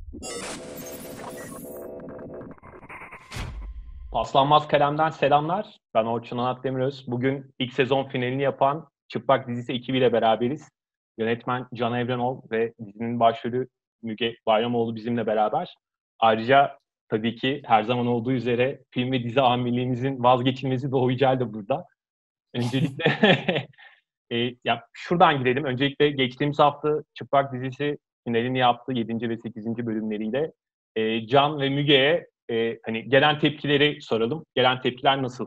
Paslanmaz Kalem'den selamlar. Ben Orçun Onat Demiröz. Bugün ilk sezon finalini yapan Çıplak dizisi ekibiyle beraberiz. Yönetmen Can Evrenol ve dizinin başrolü Müge Bayramoğlu bizimle beraber. Ayrıca tabii ki her zaman olduğu üzere film ve dizi amirliğimizin vazgeçilmezi Doğu Yücel de burada. Öncelikle ya şuradan gidelim. Öncelikle geçtiğimiz hafta Çıplak dizisi finalini yaptı 7. ve 8. bölümleriyle. Can ve Müge'ye hani gelen tepkileri soralım. Gelen tepkiler nasıl?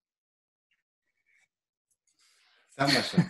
Sen başla.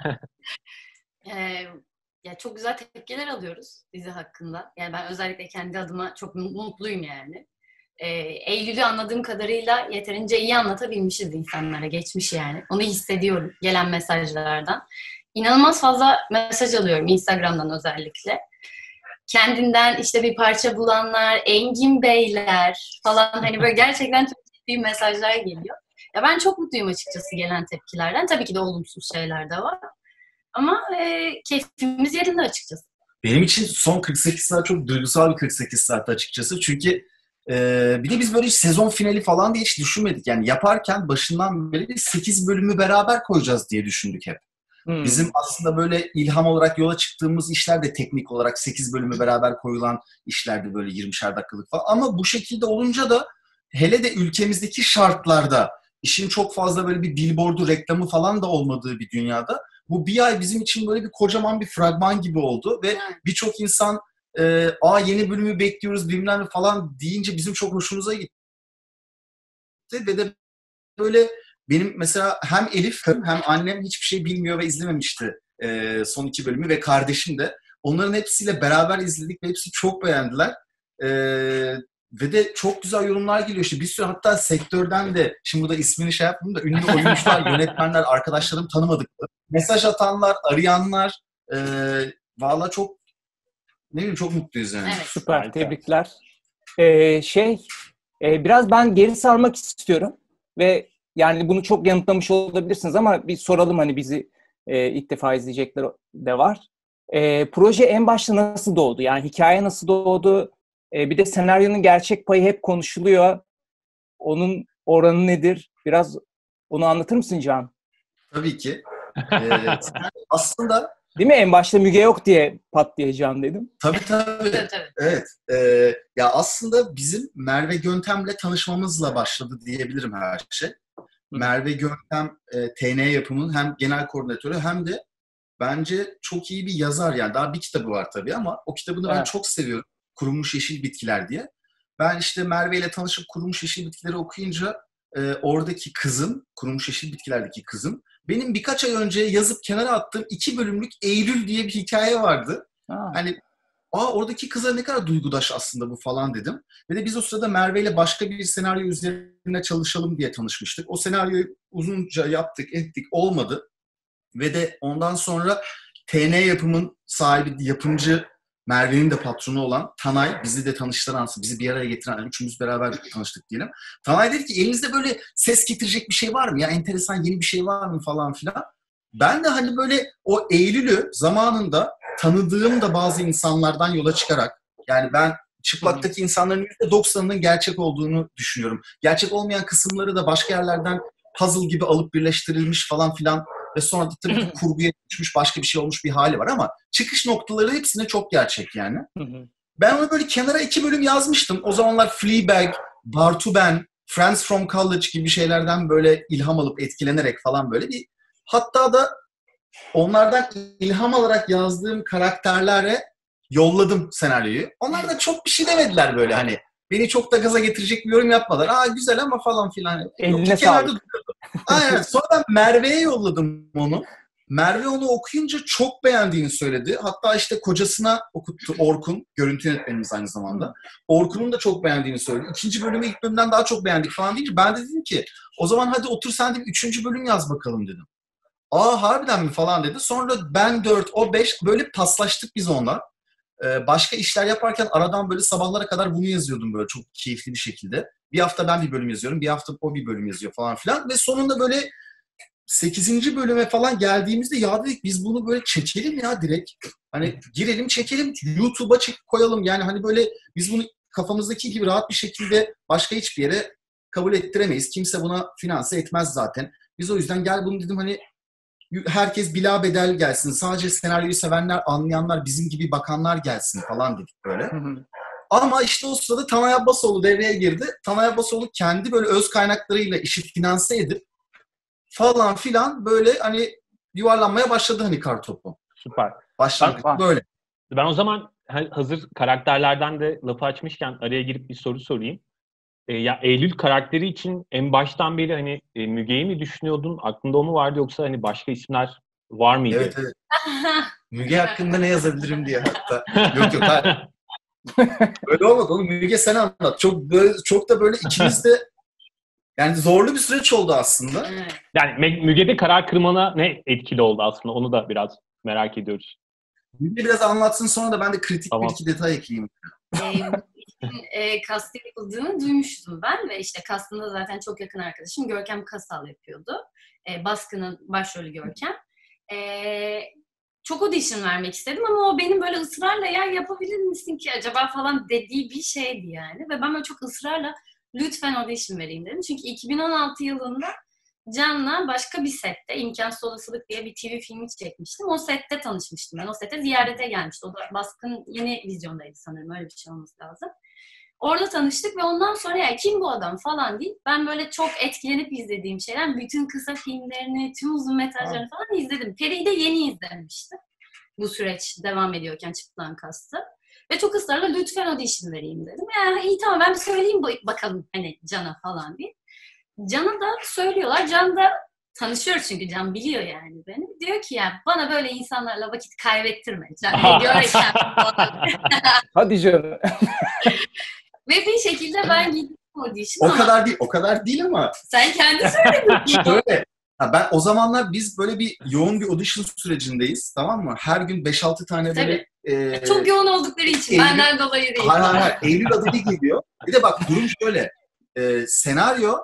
Ya çok güzel tepkiler alıyoruz dizi hakkında. Yani ben özellikle kendi adıma çok mutluyum yani. Eylül'ü anladığım kadarıyla yeterince iyi anlatabilmişiz insanlara, geçmiş yani. Onu hissediyorum gelen mesajlardan. İnanılmaz fazla mesaj alıyorum Instagram'dan özellikle. Kendinden işte bir parça bulanlar, Engin Beyler falan hani böyle gerçekten çok ciddi mesajlar geliyor. Ya ben çok mutluyum açıkçası gelen tepkilerden. Tabii ki de olumsuz şeyler de var. Ama keyfimiz yerinde açıkçası. Benim için son 48 saat çok duygusal bir 48 saat açıkçası. Çünkü bir de biz böyle hiç sezon finali falan diye hiç düşünmedik. Yani yaparken başından beri 8 bölümü beraber koyacağız diye düşündük hep. Bizim aslında böyle ilham olarak yola çıktığımız işler de teknik olarak 8 bölümü beraber koyulan işlerdi böyle 20'şer dakikalık falan. Ama bu şekilde olunca da hele de ülkemizdeki şartlarda işin çok fazla böyle bir billboardu reklamı falan da olmadığı bir dünyada bu bir ay bizim için böyle bir kocaman bir fragman gibi oldu ve birçok insan yeni bölümü bekliyoruz bilmem ne falan deyince bizim çok hoşumuza gitti ve de böyle benim mesela hem Elif hem annem hiçbir şey bilmiyor ve izlememişti son 2 bölümü ve kardeşim de. Onların hepsiyle beraber izledik ve hepsi çok beğendiler. Ve de çok güzel yorumlar geliyor. İşte bir sürü hatta sektörden de, şimdi burada ismini şey yapmayayım da ünlü oyuncular, yönetmenler, arkadaşlarım tanımadıkları. Mesaj atanlar, arayanlar. Valla çok ne bileyim çok mutluyuz yani. Evet. Süper, tebrikler. Biraz ben geri sarmak istiyorum ve yani bunu çok yanıtlamış olabilirsiniz ama bir soralım hani bizi ilk defa izleyecekler de var. Proje en başta nasıl doğdu? Yani hikaye nasıl doğdu? Bir de senaryonun gerçek payı hep konuşuluyor. Onun oranı nedir? Biraz onu anlatır mısın Can? Tabii ki. Aslında değil mi? En başta Müge yok diye pat diye Can dedim. Tabii. Evet. Ya aslında bizim Merve Göntem'le tanışmamızla başladı diyebilirim her şey. Merve Göntem TN Yapım'ın hem genel koordinatörü hem de bence çok iyi bir yazar yani. Daha bir kitabı var tabii ama o kitabını ben çok seviyorum. Kurumuş Yeşil Bitkiler diye. Ben işte Merve ile tanışıp Kurumuş Yeşil Bitkileri okuyunca oradaki kızım, Kurumuş Yeşil Bitkiler'deki kızım benim birkaç ay önce yazıp kenara attığım 2 bölümlük Eylül diye bir hikaye vardı. Hani oradaki kıza ne kadar duygudaş aslında bu falan dedim. Ve de biz o sırada Merve ile başka bir senaryo üzerine çalışalım diye tanışmıştık. O senaryoyu uzunca yaptık, ettik, olmadı. Ve de ondan sonra TN Yapım'ın sahibi, yapımcı Merve'nin de patronu olan Tanay, bizi de tanıştıran, bizi bir araya getiren, üçümüz beraber tanıştık diyelim. Tanay dedi ki elinizde böyle ses getirecek bir şey var mı? Ya enteresan yeni bir şey var mı falan filan. Ben de hani böyle o Eylül'ü zamanında tanıdığım da bazı insanlardan yola çıkarak, yani ben Çıplak'taki insanların %90'ının gerçek olduğunu düşünüyorum. Gerçek olmayan kısımları da başka yerlerden puzzle gibi alıp birleştirilmiş falan filan ve sonra da tabii ki kurguya düşmüş başka bir şey olmuş bir hali var ama çıkış noktaları hepsine çok gerçek yani. Ben onu böyle kenara 2 bölüm yazmıştım. O zamanlar Fleabag, Bartu Ben, Friends from College gibi şeylerden böyle ilham alıp etkilenerek falan böyle bir, hatta da onlardan ilham alarak yazdığım karakterlere yolladım senaryoyu. Onlar da çok bir şey demediler böyle hani. Beni çok da gaza getirecek bir yorum yapmadılar. Güzel ama falan filan. Eline sağlık. Aynen. Sonra ben Merve'ye yolladım onu. Merve onu okuyunca çok beğendiğini söyledi. Hatta işte kocasına okuttu, Orkun. Görüntü yönetmenimiz aynı zamanda. Orkun'un da çok beğendiğini söyledi. 2. bölümü ilk bölümden daha çok beğendik falan deyince ben de dedim ki o zaman hadi otur sen de 3. bölüm yaz bakalım dedim. Harbiden mi falan dedi. Sonra ben 4, o 5 böyle paslaştık biz onunla. Başka işler yaparken aradan böyle sabahlara kadar bunu yazıyordum böyle çok keyifli bir şekilde. Bir hafta ben bir bölüm yazıyorum, bir hafta o bir bölüm yazıyor falan filan. Ve sonunda böyle 8. bölüme falan geldiğimizde ya dedik biz bunu böyle çekelim ya direkt. Hani girelim çekelim, YouTube'a koyalım. Yani hani böyle biz bunu kafamızdaki gibi rahat bir şekilde başka hiçbir yere kabul ettiremeyiz. Kimse buna finanse etmez zaten. Biz o yüzden gel bunu dedim hani herkes bilabedel gelsin. Sadece senaryoyu sevenler, anlayanlar, bizim gibi bakanlar gelsin falan dedik böyle. Ama işte o sırada Tanay Abbasoğlu devreye girdi. Tanay Abbasoğlu kendi böyle öz kaynaklarıyla işi finanse edip falan filan böyle hani yuvarlanmaya başladı hani kartopu. Süper. Başlangıç böyle. Ben o zaman hazır karakterlerden de lafı açmışken araya girip bir soru sorayım. Ya Eylül karakteri için en baştan beri hani Müge'yi mi düşünüyordun? Aklında o mu vardı yoksa hani başka isimler var mıydı? Evet evet. Müge hakkında ne yazabilirim diye hatta. Yok hayır. Öyle olmadı oğlum. Müge sen anlat. Çok da böyle ikimiz de yani zorlu bir süreç oldu aslında. Yani Müge'de karar kırmana ne etkili oldu aslında? Onu da biraz merak ediyoruz. Müge biraz anlatsın sonra da ben de kritik bir iki detay ekleyeyim. Kast yapıldığını duymuştum ben ve işte kastında zaten çok yakın arkadaşım Görkem Kasal yapıyordu. Baskın'ın başrolü Görkem. Çok audition vermek istedim ama o benim böyle ısrarla ya yapabilir misin ki acaba falan dediği bir şeydi yani. Ve ben böyle çok ısrarla lütfen audition vereyim dedim. Çünkü 2016 yılında Can'la başka bir sette İmkansız Olasılık diye bir TV filmi çekmiştim. O sette tanışmıştım ben. O sette ziyarete gelmişti. O da Baskın yeni vizyondaydı sanırım. Öyle bir şey olması lazım. Orada tanıştık ve ondan sonra ya kim bu adam falan değil. Ben böyle çok etkilenip izlediğim şeyler. Bütün kısa filmlerini, tüm uzun metrajlarını falan izledim. Peri'yi de yeni izlemiştim. Bu süreç devam ediyorken Çıplak Kastı. Ve çok ısrarla lütfen audition vereyim dedim. Ya iyi tamam ben bir söyleyeyim bakalım hani Can'a falan diye. Can'a da söylüyorlar. Can da tanışıyoruz çünkü Can biliyor yani beni. Diyor ki ya bana böyle insanlarla vakit kaybettirme. Can ne görkem falan. Hadi canım. Ve bir şekilde ben gittim audition ama... O kadar değil ama. Sen kendi söyledin. Şöyle. Ben o zamanlar biz böyle bir yoğun bir audition sürecindeyiz. Tamam mı? Her gün 5-6 tane böyle... Çok yoğun oldukları için. Benden dolayı değil. Hayır. Eylül adı bir geliyor. Bir de bak durum şöyle. Senaryo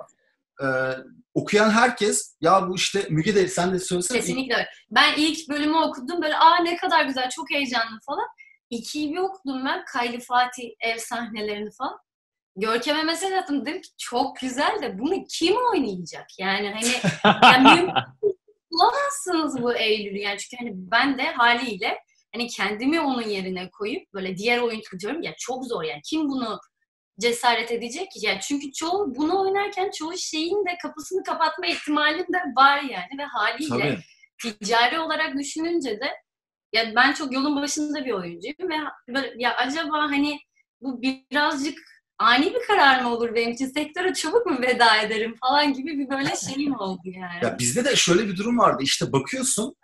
okuyan herkes ya bu işte Müge de sen de söylesene. Kesinlikle öyle. Ben ilk bölümü okudum böyle ne kadar güzel çok heyecanlı falan. 2'yi bir okudum ben. Kaylı Fatih ev sahnelerini falan. Görkem'e mesaj attım dedim ki çok güzel de bunu kim oynayacak? Yani hani bulamazsınız bu Eylül'ü yani çünkü hani ben de haliyle hani kendimi onun yerine koyup böyle diğer oyuncu diyorum ya çok zor yani kim bunu cesaret edecek ki? Yani çünkü çoğu bunu oynarken çoğu şeyin de kapısını kapatma ihtimalin de var yani ve haliyle ticari olarak düşününce de ya ben çok yolun başında bir oyuncuyum ve böyle ya acaba hani bu birazcık ani bir karar mı olur benim için? Sektöre çabuk mu veda ederim falan gibi bir böyle şeyim oldu yani. Ya bizde de şöyle bir durum vardı. İşte bakıyorsun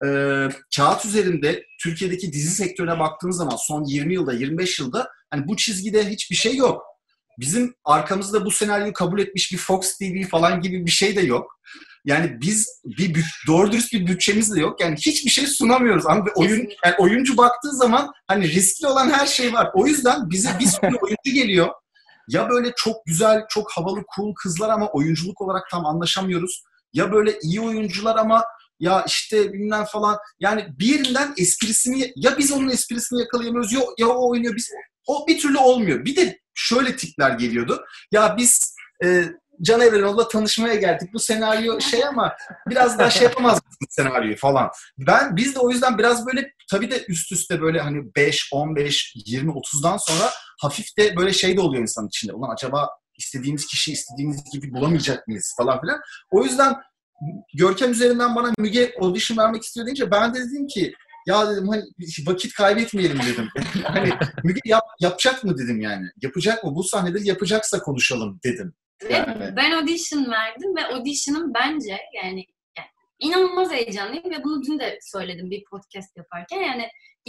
kağıt üzerinde Türkiye'deki dizi sektörüne baktığın zaman son 20 yılda, 25 yılda hani bu çizgide hiçbir şey yok. Bizim arkamızda bu senaryoyu kabul etmiş bir Fox TV falan gibi bir şey de yok. Yani biz doğru dürüst bir bütçemiz de yok. Yani hiçbir şey sunamıyoruz. Ama yani oyuncu baktığı zaman hani riskli olan her şey var. O yüzden bize bir sürü oyuncu geliyor. Ya böyle çok güzel, çok havalı, cool kızlar ama oyunculuk olarak tam anlaşamıyoruz. Ya böyle iyi oyuncular ama ya işte bilmem falan. Yani bir yerinden esprisini ya biz onun esprisini yakalayamıyoruz ya o oynuyor. O bir türlü olmuyor. Bir de şöyle tipler geliyordu. Ya biz Can Evrenol'la tanışmaya geldik. Bu senaryo ama biraz daha yapamaz mısın senaryoyu falan. Biz de o yüzden biraz böyle tabii de üst üste böyle hani 5, 15, 20, 30'dan sonra hafif de böyle şey de oluyor insanın içinde. Ulan acaba istediğimiz kişi istediğimiz gibi bulamayacak mıyız falan filan. O yüzden Görkem üzerinden bana Müge audition vermek istiyor deyince ben de dedim ki ya dedim hani vakit kaybetmeyelim dedim. Hani Müge yapacak mı dedim yani. Yapacak mı? Bu sahneleri yapacaksa konuşalım dedim. Yani. Ben audition verdim ve audition'ım bence yani inanılmaz heyecanlıyım ve bunu dün de söyledim bir podcast yaparken yani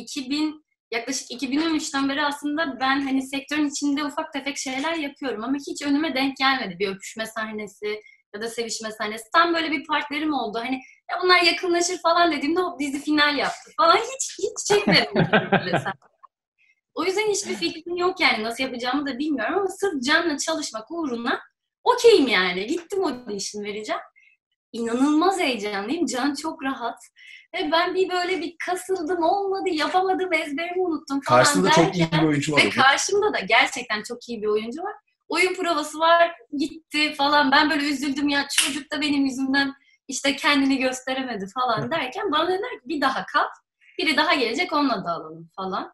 yaklaşık 2013'ten beri aslında ben hani sektörün içinde ufak tefek şeyler yapıyorum ama hiç önüme denk gelmedi bir öpüşme sahnesi ya da sevişme sahnesi. Tam böyle bir partnerim oldu. Hani ya bunlar yakınlaşır falan dediğimde o dizi final yaptı falan. Hiç çekmedim. O yüzden hiçbir fikrim yok yani. Nasıl yapacağımı da bilmiyorum ama sırf Can'la çalışmak uğruna okeyim yani. Gittim audition vereceğim. inanılmaz heyecanlıyım. Can çok rahat. Ve ben böyle bir kasıldım, olmadı, yapamadım, ezberimi unuttum falan Karşısında derken. çok iyi bir oyuncu var. Ve karşımda da gerçekten çok iyi bir oyuncu var. Oyun provası var, gitti falan. Ben böyle üzüldüm ya, çocuk da benim yüzümden işte kendini gösteremedi falan derken bana dediler ki bir daha kal. Biri daha gelecek, onunla da alalım falan.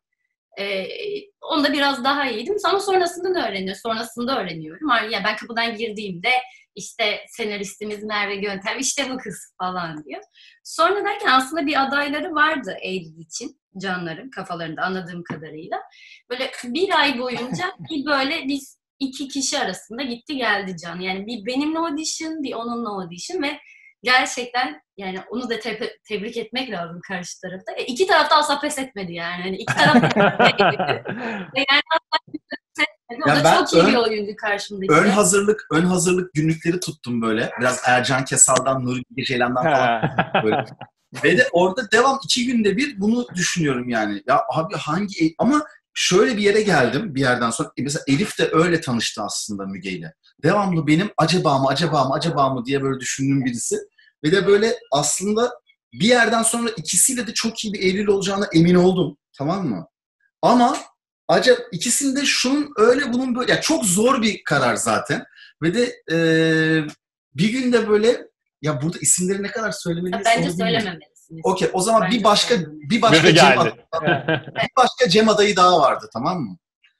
Onda biraz daha iyiydim. Ama sonrasında öğreniyorum. Ya ben kapıdan girdiğimde işte senaristimiz Merve Gönter, işte bu kız falan diyor. Sonra derken aslında bir adayları vardı Eylül için. Canların kafalarında anladığım kadarıyla. Böyle bir ay boyunca böyle biz 2 kişi arasında gitti geldi Can. Yani bir benimle audition, bir onunla audition ve gerçekten yani onu da tebrik etmek lazım karşı tarafta. İki taraf da asla pes etmedi yani. Yani iki taraf da yani asla pes etmedi. O Ya da çok iyi bir oyuncu karşımdaki. Ön hazırlık günlükleri tuttum böyle. Biraz Ercan Kesal'dan, Nuri Bilge Ceylan'dan falan böyle. Ve de orada devam 2 günde bir bunu düşünüyorum yani. Ya abi ama şöyle bir yere geldim bir yerden sonra. Mesela Elif de öyle tanıştı aslında Müge ile. Devamlı benim acaba mı diye böyle düşündüğüm birisi. Ve de böyle aslında bir yerden sonra ikisiyle de çok iyi bir Eylül olacağına emin oldum. Tamam mı? Ama acaba ikisinde şunun öyle bunun böyle. Ya çok zor bir karar zaten. Ve de bir günde böyle ya burada isimleri ne kadar söylemeliyiz? Bence söylememelisiniz. Okey, o zaman Bence bir başka Cem adayı daha vardı, tamam mı?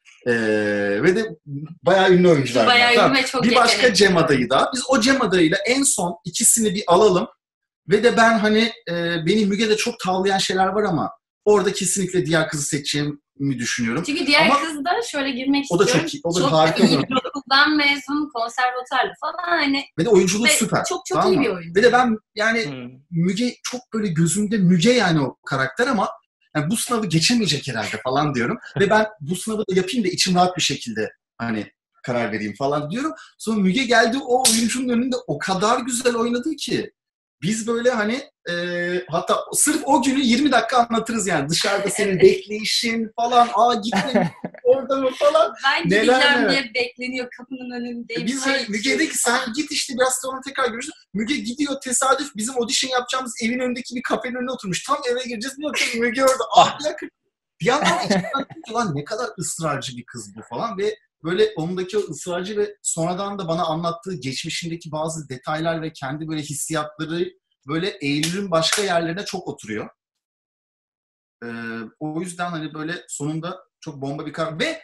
Ve de bayağı ünlü oyuncular. Bayağı ünlü ve çok bir başka Cem adayı daha. Biz o Cem adayıyla en son ikisini bir alalım. Ve de ben hani beni Müge'de çok tavlayan şeyler var ama orada kesinlikle diğer kızı seçeceğimi düşünüyorum. Çünkü diğer kız da şöyle girmek o da istiyorum. Çok iyi. O da harika iyi bir okuldan mezun, konservatuarlı falan hani. Ve de oyunculuğu süper. Çok tamam iyi bir oyuncu. Ve de ben yani Müge çok böyle gözümde Müge yani o karakter ama yani bu sınavı geçemeyecek herhalde falan diyorum. Ve ben bu sınavı da yapayım da içim rahat bir şekilde hani karar vereyim falan diyorum. Sonra Müge geldi o oyuncunun önünde o kadar güzel oynadı ki. Biz böyle hani hatta sırf o günü 20 dakika anlatırız yani. Dışarıda senin bekleyişin falan. Gitme orada mı falan. Ben gideceğim diye bekleniyor kapının önünde. Biz Müge dedi ki sen git işte biraz sonra tekrar görüşürüz. Müge gidiyor tesadüf bizim audition yapacağımız evin önündeki bir kafenin önüne oturmuş. Tam eve gireceğiz. Bir bakıyoruz Müge orada. Bir yandan lan ne kadar ısrarcı bir kız bu falan ve böyle ondaki o ısrarcı ve sonradan da bana anlattığı geçmişindeki bazı detaylar ve kendi böyle hissiyatları böyle Eylül'ün başka yerlerine çok oturuyor. O yüzden hani böyle sonunda çok bomba bir karar. Ve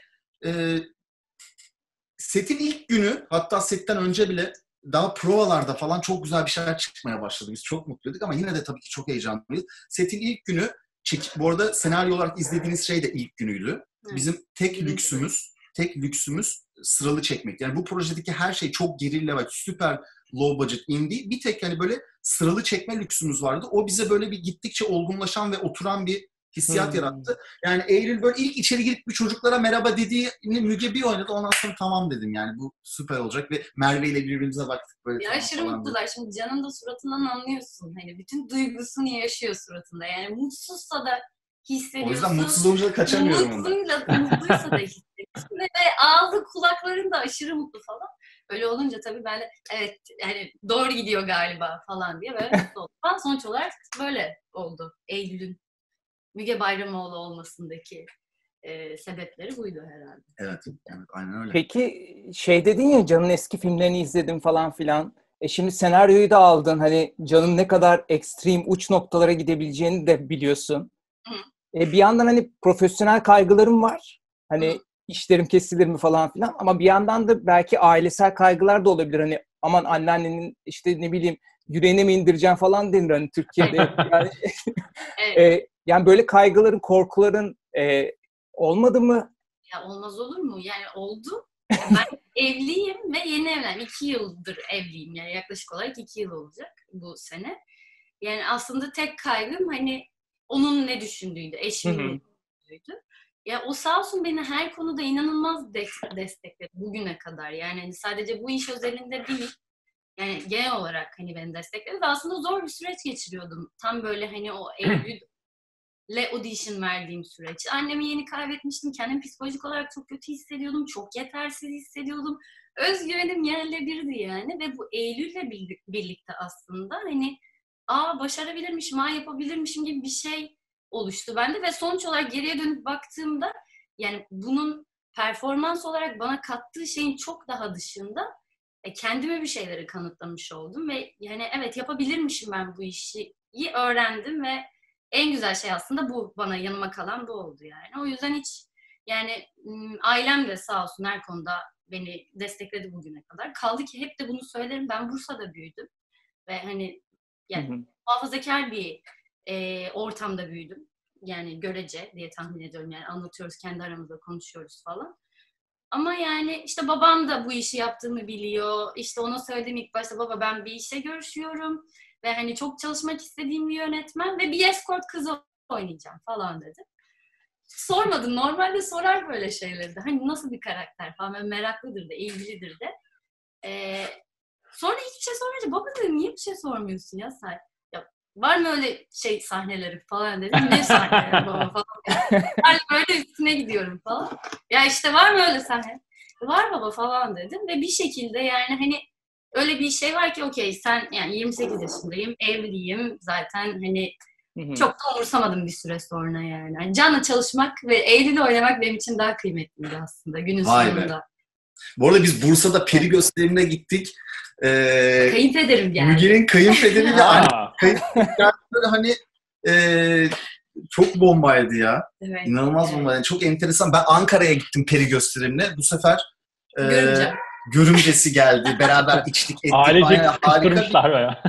setin ilk günü hatta setten önce bile daha provalarda falan çok güzel bir şeyler çıkmaya başladı. Biz çok mutluyduk ama yine de tabii ki çok heyecanlıyız. Setin ilk günü bu arada senaryo olarak izlediğiniz şey de ilk günüydü. Bizim tek lüksümüz sıralı çekmek. Yani bu projedeki her şey çok gerilla ve süper low budget indie. Bir tek hani böyle sıralı çekme lüksümüz vardı. O bize böyle bir gittikçe olgunlaşan ve oturan bir hissiyat yarattı. Yani Eylül böyle ilk içeri girip bir çocuklara merhaba dediğini Müge bir oynadı. Ondan sonra tamam dedim yani bu süper olacak ve Merve ile birbirimize baktık böyle. Ya aşırı mutlular. Dedi. Şimdi Can'ın da suratından anlıyorsun. Hani bütün duygusunu yaşıyor suratında. Yani mutsuzsa da hissediyorsun. O yüzden mutsuz olunca da kaçamıyorum ondan. Mutluysa da hissediyorsun. Ve ağzı kulaklarında aşırı mutlu falan. Öyle olunca tabii ben de evet yani doğru gidiyor galiba falan diye böyle mutlu oldum. Ben sonuç olarak böyle oldu Eylül'ün Müge Bayramoğlu olmasındaki sebepleri buydu herhalde. Evet, aynen öyle. Peki şey dedin ya Can'ın eski filmlerini izledim falan filan. Şimdi senaryoyu da aldın. Hani Can'ın ne kadar ekstrem uç noktalara gidebileceğini de biliyorsun. Bir yandan hani profesyonel kaygılarım var. Hani işlerim kesilir mi falan filan. Ama bir yandan da belki ailesel kaygılar da olabilir. Hani aman anneannenin işte ne bileyim yüreğine mi indireceğim falan denir hani Türkiye'de. Yani, evet. Yani böyle kaygıların, korkuların olmadı mı? Ya olmaz olur mu? Yani oldu. Ben evliyim ve yeni evlendim. 2 yıldır evliyim. Yani yaklaşık olarak 2 yıl olacak bu sene. Yani aslında tek kaygım hani onun ne düşündüğüydü, eşimin ne düşündüğüydü. Ya o sağ olsun beni her konuda inanılmaz destekledi bugüne kadar. Yani hani sadece bu iş özelinde değil. Yani genel olarak hani beni destekledi ve aslında zor bir süreç geçiriyordum. Tam böyle hani o Eylül audition verdiğim süreç. Annemi yeni kaybetmiştim. Kendimi psikolojik olarak çok kötü hissediyordum. Çok yetersiz hissediyordum. Özgüvenim yerle birdi yani. Ve bu Eylül'le birlikte aslında hani başarabilirmişim, yapabilirmişim gibi bir şey oluştu bende. Ve sonuç olarak geriye dönüp baktığımda yani bunun performans olarak bana kattığı şeyin çok daha dışında kendime bir şeyleri kanıtlamış oldum. Ve yani evet yapabilirmişim ben bu işi öğrendim ve en güzel şey aslında bu, bana yanıma kalan bu oldu yani. O yüzden hiç yani ailem de sağ olsun her konuda beni destekledi bugüne kadar. Kaldı ki hep de bunu söylerim, ben Bursa'da büyüdüm ve hani yani muhafazakar bir ortamda büyüdüm. Yani görece diye tahmin ediyorum, yani anlatıyoruz, kendi aramızda konuşuyoruz falan. Ama yani işte babam da bu işi yaptığımı biliyor. İşte ona söyledim ilk başta, baba ben bir işe görüşüyorum ve hani çok çalışmak istediğim bir yönetmen ve bir escort kızı oynayacağım falan dedi. Sormadım. Normalde sorar böyle şeyleri de. Hani nasıl bir karakter falan. Böyle meraklıdır da, ilgilidir de. Sonra hiçbir şey sormayınca baba dedim niye bir şey sormuyorsun ya sen? Ya, var mı öyle şey sahneleri falan dedim. Ne sahneleri baba falan. Hani böyle üstüne gidiyorum falan. Ya işte var mı öyle sahne? Var baba falan dedim ve bir şekilde yani hani öyle bir şey var ki okey sen yani 28 yaşındayım, evliyim zaten hani çok da umursamadım bir süre sonra yani. Yani Can'la çalışmak ve Eylül'le oynamak benim için daha kıymetliydi aslında günün sonunda. Bu arada biz Bursa'da peri gösterimine gittik. Kayınpederim geldi. Müge'nin kayınpederiyle böyle hani çok bombaydı ya. Evet, İnanılmaz bombaydı. Yani çok enteresan. Ben Ankara'ya gittim peri gösterimine. Bu sefer görümcesi geldi. Beraber içtik ettik. Ailece kıstırmışlar böyle.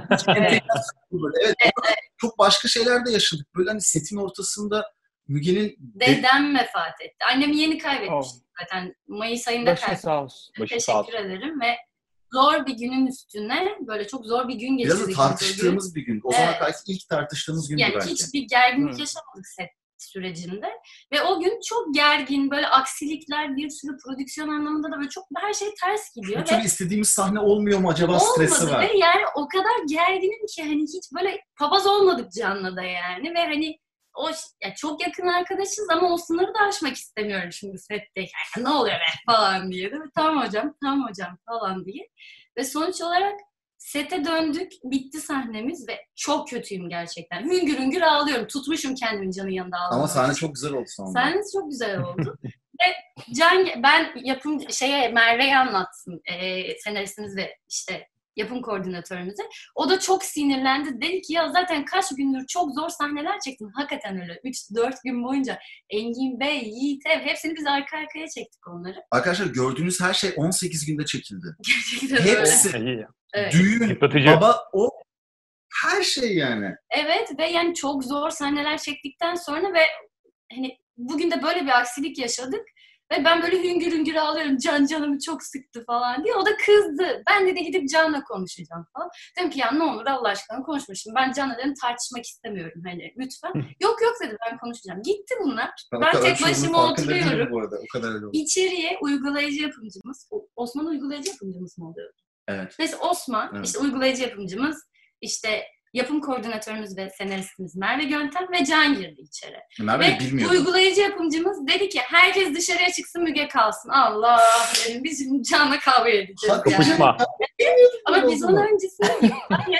Evet. Çok başka şeyler de yaşadık. Böyle hani setin ortasında Müge'nin... Dedem vefat etti. Annemi yeni kaybetmiştik zaten. Mayıs ayında kaybettim. Sağ olsun. Teşekkür ederim ve zor bir günün üstüne böyle çok zor bir gün geçirdik. Biraz da tartıştığımız bir gün. O zaman ilk tartıştığımız gündü yani belki. Hiçbir gerginlik yaşamadık set sürecinde. Ve o gün çok gergin, böyle aksilikler, bir sürü prodüksiyon anlamında da böyle çok her şey ters gidiyor. Bir türlü istediğimiz sahne olmuyor mu acaba, stresi var. Olmadı ve yani o kadar gerginim ki hani hiç böyle papaz olmadık Can'la da yani ve hani ya çok yakın arkadaşız ama o sınırı da aşmak istemiyorum şimdi setteyken. Ne oluyor be falan diye. Değil mi? Tamam hocam falan diye. Ve sonuç olarak sete döndük, bitti sahnemiz ve çok kötüyüm gerçekten. Hüngür hüngür ağlıyorum. Tutmuşum kendimi Can'ın yanında ağlamak. Ama sahne çok güzel oldu sonunda. Sahnesi çok güzel oldu. Ve ben Merve'ye anlattım. Senaristimiz ve işte yapım koordinatörümüze. O da çok sinirlendi. Dedi ki ya zaten kaç gündür çok zor sahneler çektin. Hakikaten öyle. 3-4 gün boyunca Engin Bey, Yiğit Ev hepsini biz arka arkaya çektik onları. Arkadaşlar gördüğünüz her şey 18 günde çekildi. Gerçekten hepsi. öyle. Evet. Düğün, baba, o her şey yani. Evet ve yani çok zor sahneler çektikten sonra ve hani bugün de böyle bir aksilik yaşadık. Ve ben böyle hüngür hüngür ağlıyorum. Canımı çok sıktı falan diye. O da kızdı. Ben de gidip Can'la konuşacağım falan. Dedim ki ya ne olur Allah aşkına konuşma şimdi. Ben Can'la dedim tartışmak istemiyorum. Hani lütfen. Yok dedi ben konuşacağım. Gitti bunlar. Ben tek başıma oturuyorum. Bu arada. O kadar öyle oldu. İçeriye uygulayıcı yapımcımız. Osman uygulayıcı yapımcımız mı oluyor? Evet. Neyse Osman işte uygulayıcı yapımcımız. İşte yapım koordinatörümüz ve senaristimiz Merve Göntem ve Can girdi içeri. Merve bilmiyordu. Uygulayıcı yapımcımız dedi ki herkes dışarıya çıksın Müge kalsın. Allah dedim biz şimdi Can'la kavga edeceğiz. Kapışma. Ama biz onun öncesinde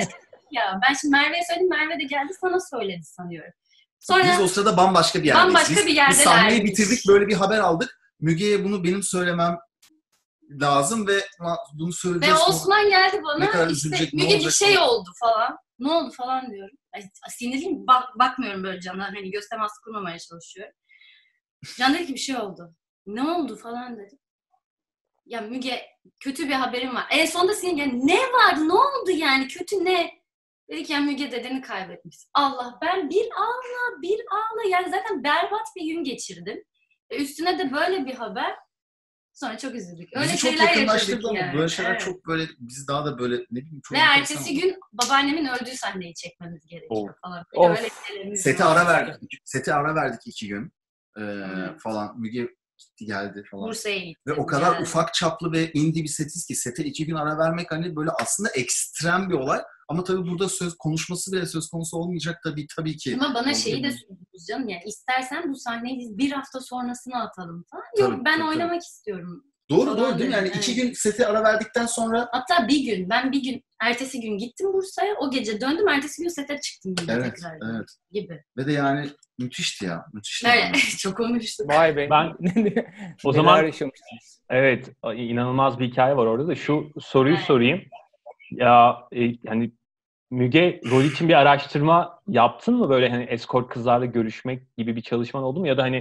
ya. Ben şimdi Merve'ye söyledim. Merve de geldi sana söyledi sanıyorum. Sonra biz o sırada bambaşka bir yerdeyiz. Bambaşka bir yerdelermiş. Biz sahneyi bitirdik, böyle bir haber aldık. Müge'ye bunu benim söylemem lazım ve bunu söyleyeceğiz. Ve Osman geldi bana işte Müge bir şey oldu falan. Ne oldu falan diyorum. Sinirliyim. Bakmıyorum böyle Can'a. Hani göz teması kurmamaya çalışıyorum. Can dedi ki bir şey oldu. Ne oldu falan dedi. Ya Müge kötü bir haberim var. En sonunda sinirlendim. Ne var? Ne oldu yani? Kötü ne? Dedi ki ya Müge dedeni kaybetmiş. Allah ben bir ağla. Yani zaten berbat bir gün geçirdim. Üstüne de böyle bir haber. Sonra çok üzüldük. Öyle bizi şeyler çok yakınlaştırdı ama yani. böyle şeyler çok böyle bizi daha da böyle ne bileyim çok. Ve ertesi gün babaannemin öldüğü sahneyi çekmemiz gerekiyor falan. Öyle Sete ara verdik. Sete ara verdik 2 gün falan. Müge gitti geldi falan. Bursa'ya gittim. Ve o kadar yani. ufak çaplı ve indie bir setiz ki sete 2 gün ara vermek hani böyle aslında ekstrem bir olay. Ama tabii burada konuşması bile söz konusu olmayacak tabii ki. Ama bana şeyi de söylüyoruz canım, yani istersen bu sahneyi biz bir hafta sonrasına atalım falan. Yok Tabii, ben tabii, oynamak istiyorum. Doğru değil mi? Yani 2 gün seti ara verdikten sonra... Hatta ben bir gün, ertesi gün gittim Bursa'ya, o gece döndüm, ertesi gün sete çıktım yine tekrar. Evet. Gibi. Ve de yani müthişti ya. Evet, çok konuştuk. Vay be. Ben o zaman evet, inanılmaz bir hikaye var orada da. Şu soruyu sorayım. Ya hani Müge, rol için bir araştırma yaptın mı, böyle hani escort kızlarla görüşmek gibi bir çalışman oldu mu, ya da hani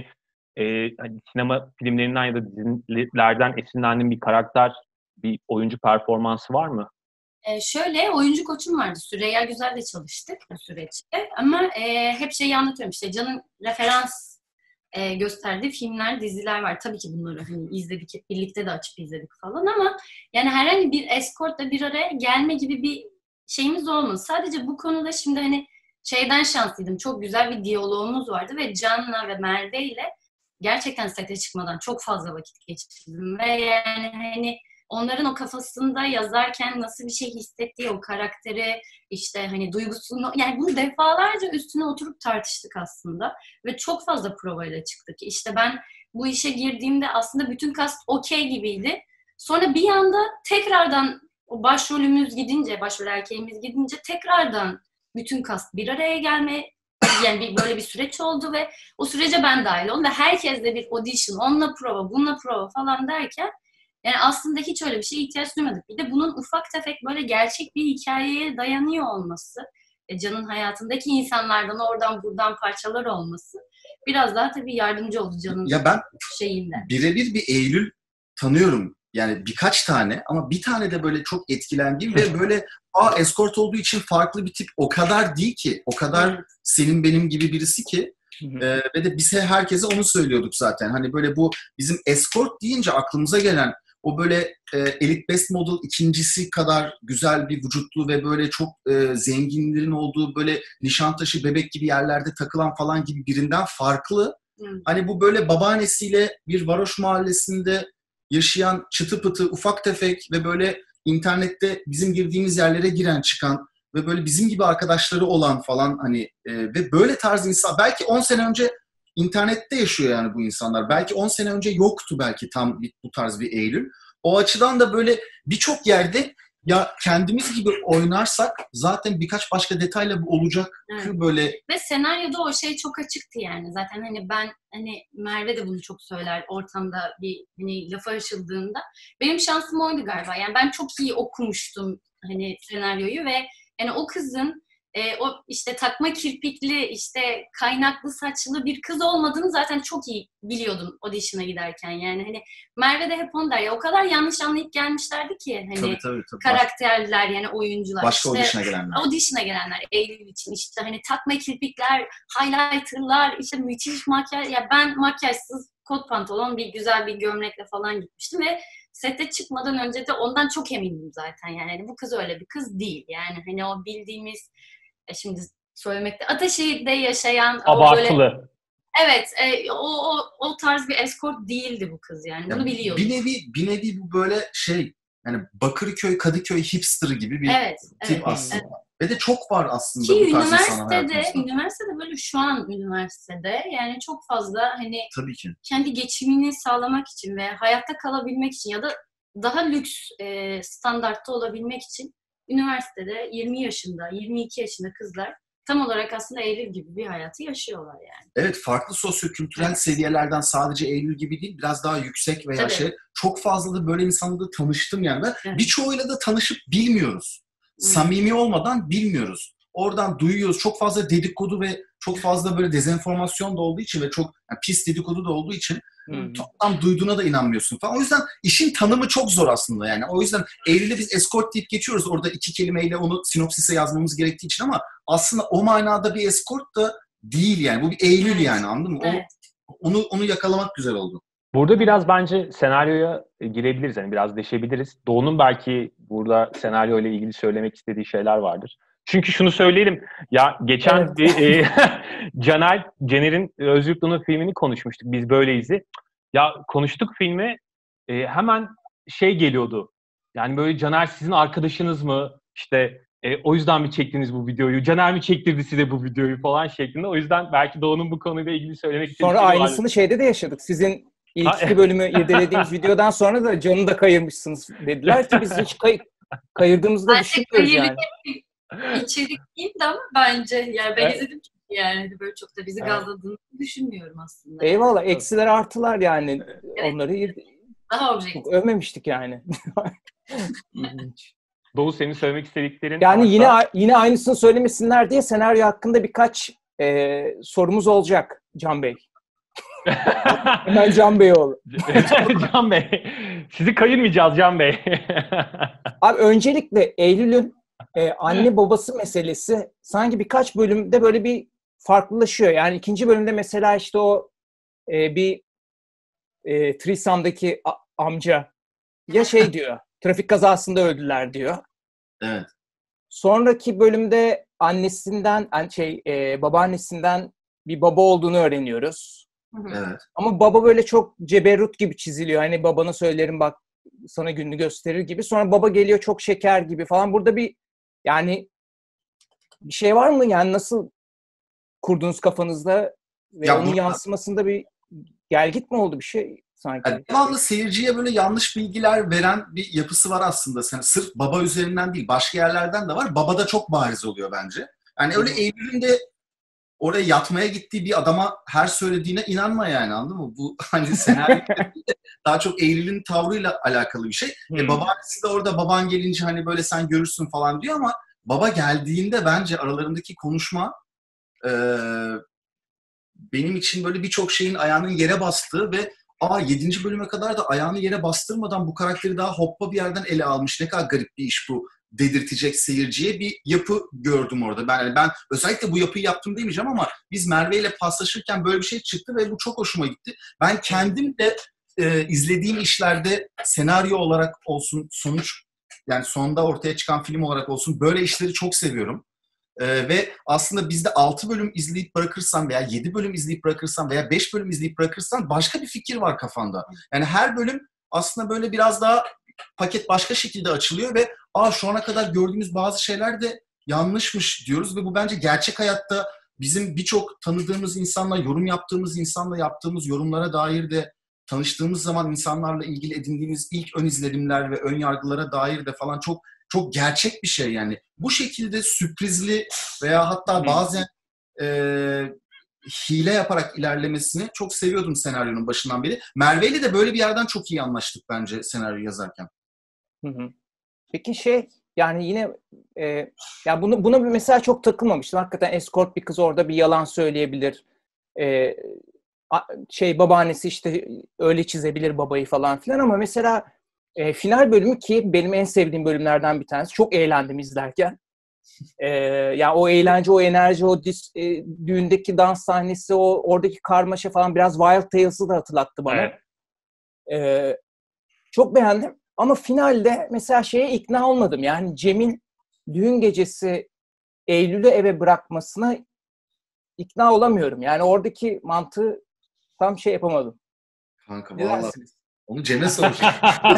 sinema filmlerinden ya da dizilerden esinlendiğin bir karakter, bir oyuncu performansı var mı? Şöyle, oyuncu koçum vardı. Süreyya Güzel'le çalıştık bu süreçte. Ama hep şeyi anlatıyorum, işte Can'ın referans gösterdiği filmler, diziler var. Tabii ki bunları hani izledik, hep birlikte de açıp izledik falan, ama yani herhangi bir escortla bir araya gelme gibi bir şeyimiz olmadı. Sadece bu konuda şimdi hani şeyden şanslıydım. Çok güzel bir diyalogumuz vardı ve Can'la ve Merve ile gerçekten sete çıkmadan çok fazla vakit geçirdim. Ve yani hani onların o kafasında yazarken nasıl bir şey hissettiği, o karakteri, işte hani duygusunu, yani bunu defalarca üstüne oturup tartıştık aslında. Ve çok fazla provayla çıktık. İşte ben bu işe girdiğimde aslında bütün cast okey gibiydi. Sonra bir anda tekrardan o başrolümüz gidince, başrol erkeğimiz gidince tekrardan bütün cast bir araya gelmeye, yani böyle bir süreç oldu ve o sürece ben dahil oldum ve herkes de bir audition, onunla prova, bununla prova falan derken yani aslında hiç öyle bir şeye ihtiyaç duymadık. Bir de bunun ufak tefek böyle gerçek bir hikayeye dayanıyor olması, Can'ın hayatındaki insanlardan oradan buradan parçalar olması biraz daha tabii yardımcı oldu Can'ın ya ben şeyinden. Birebir bir Eylül tanıyorum. Yani birkaç tane, ama bir tane de böyle çok etkilendiğim ve böyle escort olduğu için farklı bir tip, o kadar değil ki, o kadar senin benim gibi birisi ki. Ve de biz herkese onu söylüyorduk zaten. Hani böyle bu bizim escort deyince aklımıza gelen o böyle Elite Best Model ikincisi kadar güzel bir vücutlu ve böyle çok zenginlerin olduğu, böyle Nişantaşı, Bebek gibi yerlerde takılan falan gibi birinden farklı. Hani bu böyle babaannesiyle bir varoş mahallesinde yaşayan çıtı pıtı, ufak tefek ve böyle internette bizim girdiğimiz yerlere giren çıkan ve böyle bizim gibi arkadaşları olan falan hani ve böyle tarz insan, belki 10 sene önce internette yaşıyor yani bu insanlar. Belki 10 sene önce yoktu belki tam bu tarz bir Eylül. O açıdan da böyle birçok yerde ya kendimiz gibi oynarsak zaten birkaç başka detayla bu olacak böyle. Ve senaryoda o şey çok açıktı yani. Zaten hani ben, hani Merve de bunu çok söyler ortamda bir hani lafı açıldığında. Benim şansım oydu galiba. Yani ben çok iyi okumuştum hani senaryoyu ve yani o kızın o işte takma kirpikli, işte kaynaklı saçlı bir kız olmadığını zaten çok iyi biliyordum audition'a giderken. Yani hani Merve de hep onu der ya, o kadar yanlış anlayıp gelmişlerdi ki hani tabii. karakterler, yani oyuncular. Başka işte, audition'a gelenler Eylül için işte hani takma kirpikler, highlighterlar, işte müthiş makyaj. Ya ben makyajsız kot pantolon, bir güzel bir gömlekle falan gitmiştim ve sete çıkmadan önce de ondan çok emindim zaten. Yani bu kız öyle bir kız değil. Yani hani o bildiğimiz, şimdi söylemekte, Ataşehir'de yaşayan abartılı. Böyle, evet, o tarz bir escort değildi bu kız yani. Bunu biliyordum. Bir nevi bu böyle şey, yani Bakırköy, Kadıköy hipsterı gibi bir tip aslında. Evet. Ve de çok var aslında ki bu tarz insanlar hayatımızda. Üniversitede böyle şu an üniversitede yani çok fazla hani tabii ki kendi geçimini sağlamak için ve hayatta kalabilmek için ya da daha lüks standartta olabilmek için üniversitede 20 yaşında, 22 yaşında kızlar tam olarak aslında Eylül gibi bir hayatı yaşıyorlar yani. Evet, farklı sosyokültürel seviyelerden, sadece Eylül gibi değil, biraz daha yüksek veya çok fazla da böyle insanlarla tanıştım yani. Ben birçoğuyla da tanışıp bilmiyoruz. Samimi olmadan bilmiyoruz. Oradan duyuyoruz. Çok fazla dedikodu ve çok fazla böyle dezenformasyon da olduğu için ve çok pis dedikodu da olduğu için tam duyduğuna da inanmıyorsun falan. O yüzden işin tanımı çok zor aslında yani. O yüzden Eylül'e biz escort deyip geçiyoruz. Orada 2 kelimeyle onu sinopsise yazmamız gerektiği için, ama aslında o manada bir escort da değil yani. Bu bir Eylül yani, anladın mı? Evet. Onu yakalamak güzel oldu. Burada biraz bence senaryoya girebiliriz. Yani biraz deşebiliriz. Doğu'nun belki burada senaryo ile ilgili söylemek istediği şeyler vardır. Çünkü şunu söyleyelim. Ya geçen bir Caner'in Özgürlüğü'nün filmini konuşmuştuk. Biz Böyleyiz'i. Ya konuştuk filmi. Hemen şey geliyordu. Yani böyle Caner sizin arkadaşınız mı? İşte o yüzden mi çektiniz bu videoyu? Caner mi çektirdi size bu videoyu falan şeklinde. O yüzden belki Doğu'nun bu konuyla ilgili söylemek istediği Sonra şey vardı. aynısını şeyde de yaşadık. Sizin ilk 2 bölümü irdelediğimiz videodan sonra da Can'ı da kayırmışsınız dediler ki biz hiç kayırdığımızı da düşünmüyoruz yani. İçerik değildi ama bence yani ben izledim çünkü yani böyle çok da bizi gazladığını düşünmüyorum aslında. Eyvallah. Eksiler artılar yani. Evet. Onları Daha objektif. övmemiştik yani. Doğu senin söylemek istediklerin Yani varsa... yine aynısını söylemesinler diye senaryo hakkında birkaç sorumuz olacak Can Bey. Hemen Can Beyoğlu. Can Bey. Sizi kayırmayacağız Can Bey. Abi öncelikle Eylül'ün anne babası meselesi sanki birkaç bölümde böyle bir farklılaşıyor. Yani ikinci bölümde mesela işte o bir Threesome'daki amca ya şey diyor, trafik kazasında öldüler diyor. Evet. Sonraki bölümde annesinden, babaannesinden bir baba olduğunu öğreniyoruz. Evet. Ama baba böyle çok ceberrut gibi çiziliyor. Hani babana söylerim bak sana gününü gösterir gibi. Sonra baba geliyor çok şeker gibi falan. Burada bir yani bir şey var mı? Yani nasıl kurdunuz kafanızda ve Ya onun yansımasında bir gelgit mi oldu bir şey sanki? Yani devamlı seyirciye böyle yanlış bilgiler veren bir yapısı var aslında. Yani sırf baba üzerinden değil, başka yerlerden de var. Baba da çok bariz oluyor bence. Yani öyle Eylül'ün de oraya yatmaya gittiği bir adama her söylediğine inanma yani, anladın mı? Bu hani senaryo daha çok Eylül'ün tavrıyla alakalı bir şey. Babaannesi de orada baban gelince hani böyle sen görürsün falan diyor ama baba geldiğinde bence aralarındaki konuşma benim için böyle birçok şeyin ayağının yere bastığı ve 7. bölüme kadar da ayağını yere bastırmadan bu karakteri daha hoppa bir yerden ele almış. Ne kadar garip bir iş bu dedirtecek seyirciye bir yapı gördüm orada. Ben özellikle bu yapıyı yaptım demeyeceğim ama biz Merve ile paslaşırken böyle bir şey çıktı ve bu çok hoşuma gitti. Ben kendim de izlediğim işlerde senaryo olarak olsun, sonuç yani sonunda ortaya çıkan film olarak olsun böyle işleri çok seviyorum. Ve aslında bizde 6 bölüm izleyip bırakırsan veya 7 bölüm izleyip bırakırsan veya 5 bölüm izleyip bırakırsan başka bir fikir var kafanda. Yani her bölüm aslında böyle biraz daha paket başka şekilde açılıyor ve şu ana kadar gördüğümüz bazı şeyler de yanlışmış diyoruz ve bu bence gerçek hayatta bizim birçok tanıdığımız insanla, yorum yaptığımız insanla yaptığımız yorumlara dair de tanıştığımız zaman insanlarla ilgili edindiğimiz ilk ön izlenimler ve ön yargılara dair de falan çok çok gerçek bir şey yani. Bu şekilde sürprizli veya hatta bazen hile yaparak ilerlemesini çok seviyordum senaryonun başından beri. Merve ile de böyle bir yerden çok iyi anlaştık bence senaryo yazarken. Peki yani yine ya buna mesela çok takılmamıştım. Hakikaten escort bir kız orada bir yalan söyleyebilir. Babaannesi işte öyle çizebilir babayı falan filan ama mesela final bölümü ki benim en sevdiğim bölümlerden bir tanesi. Çok eğlendim izlerken. Yani o eğlence, o enerji, o düğündeki dans sahnesi, oradaki karmaşa falan biraz Wild Tales'ı da hatırlattı bana. Evet. Çok beğendim. Ama finalde mesela şeye ikna olmadım. Yani Cem'in düğün gecesi Eylül'ü eve bırakmasına ikna olamıyorum. Yani oradaki mantığı tam yapamadım. Kanka vallahi onu Cem'e soracağım.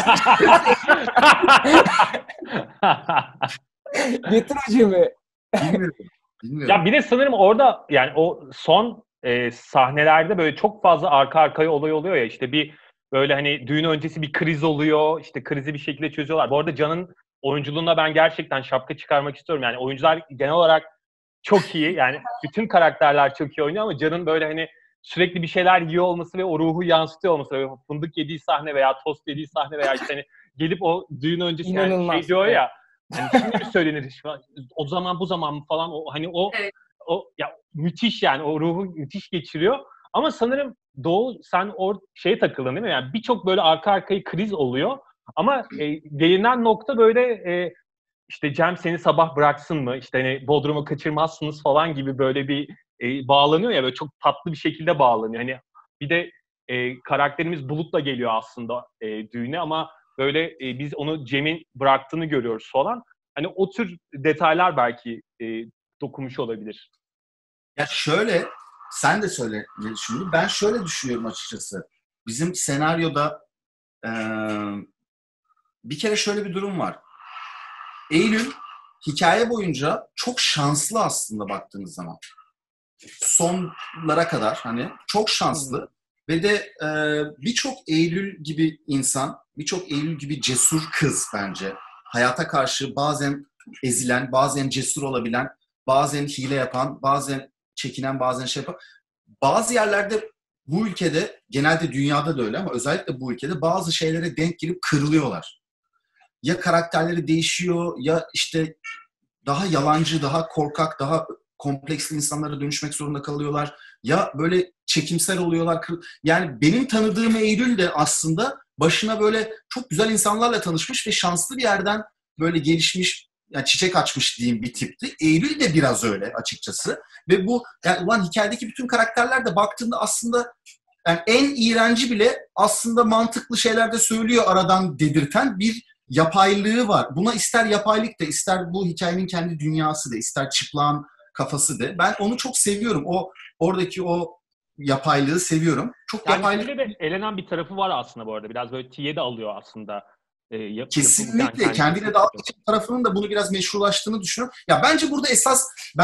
Getir o Cem'i. Bilmiyorum. Ya bir de sanırım orada yani o son sahnelerde böyle çok fazla arka arkaya olay oluyor ya işte bir böyle hani düğün öncesi bir kriz oluyor. İşte krizi bir şekilde çözüyorlar. Bu arada Can'ın oyunculuğuna ben gerçekten şapka çıkarmak istiyorum. Yani oyuncular genel olarak çok iyi. Yani bütün karakterler çok iyi oynuyor ama Can'ın böyle hani sürekli bir şeyler yiyor olması ve o ruhu yansıtıyor olması. Böyle fındık yediği sahne veya tost yediği sahne veya işte hani gelip o düğün öncesi yani şey diyor ya hani şimdi mi söylenir o zaman bu zaman mı falan o hani evet. o ya müthiş yani o ruhu müthiş geçiriyor. Ama sanırım Doğu sen şeye takıldın değil mi? Yani birçok böyle arka arkaya kriz oluyor. Ama gelinen nokta böyle işte Cem seni sabah bıraksın mı? İşte hani Bodrum'u kaçırmazsınız falan gibi böyle bir bağlanıyor ya böyle çok tatlı bir şekilde bağlanıyor. Hani bir de karakterimiz Bulut'la geliyor aslında düğüne ama böyle biz onu Cem'in bıraktığını görüyoruz falan. Hani o tür detaylar belki dokunmuş olabilir. Ya şöyle, sen de söyle ne düşündün. Ben şöyle düşünüyorum açıkçası. bizim senaryoda bir kere şöyle bir durum var. Eylül hikaye boyunca çok şanslı aslında baktığınız zaman. Sonlara kadar hani çok şanslı ve de birçok Eylül gibi insan, birçok Eylül gibi cesur kız bence. Hayata karşı bazen ezilen, bazen cesur olabilen, bazen hile yapan, bazen çekinen, bazen şey yapan. Bazı yerlerde bu ülkede, genelde dünyada da öyle ama özellikle bu ülkede bazı şeylere denk gelip kırılıyorlar. Ya karakterleri değişiyor ya işte daha yalancı, daha korkak, daha kompleksli insanlara dönüşmek zorunda kalıyorlar. Ya böyle çekimsel oluyorlar. Yani benim tanıdığım Eylül de aslında başına böyle çok güzel insanlarla tanışmış ve şanslı bir yerden böyle gelişmiş, yani çiçek açmış diyeyim bir tipti. Eylül de biraz öyle açıkçası. Ve bu yani ulan hikayedeki bütün karakterler de baktığında aslında yani en iğrenci bile aslında mantıklı şeyler de söylüyor aradan dedirten bir yapaylığı var. Buna ister yapaylık da, ister bu hikayenin kendi dünyası da, ister çıplağın kafası da. Ben onu çok seviyorum. Oradaki o yapaylığı seviyorum. Çok yani yapaylık. şöyle de elenen bir tarafı var aslında bu arada. Biraz böyle tiye de alıyor aslında. Kesinlikle. Kendine dalga geçen tarafının da bunu biraz meşrulaştığını düşünüyorum. Ya bence burada esas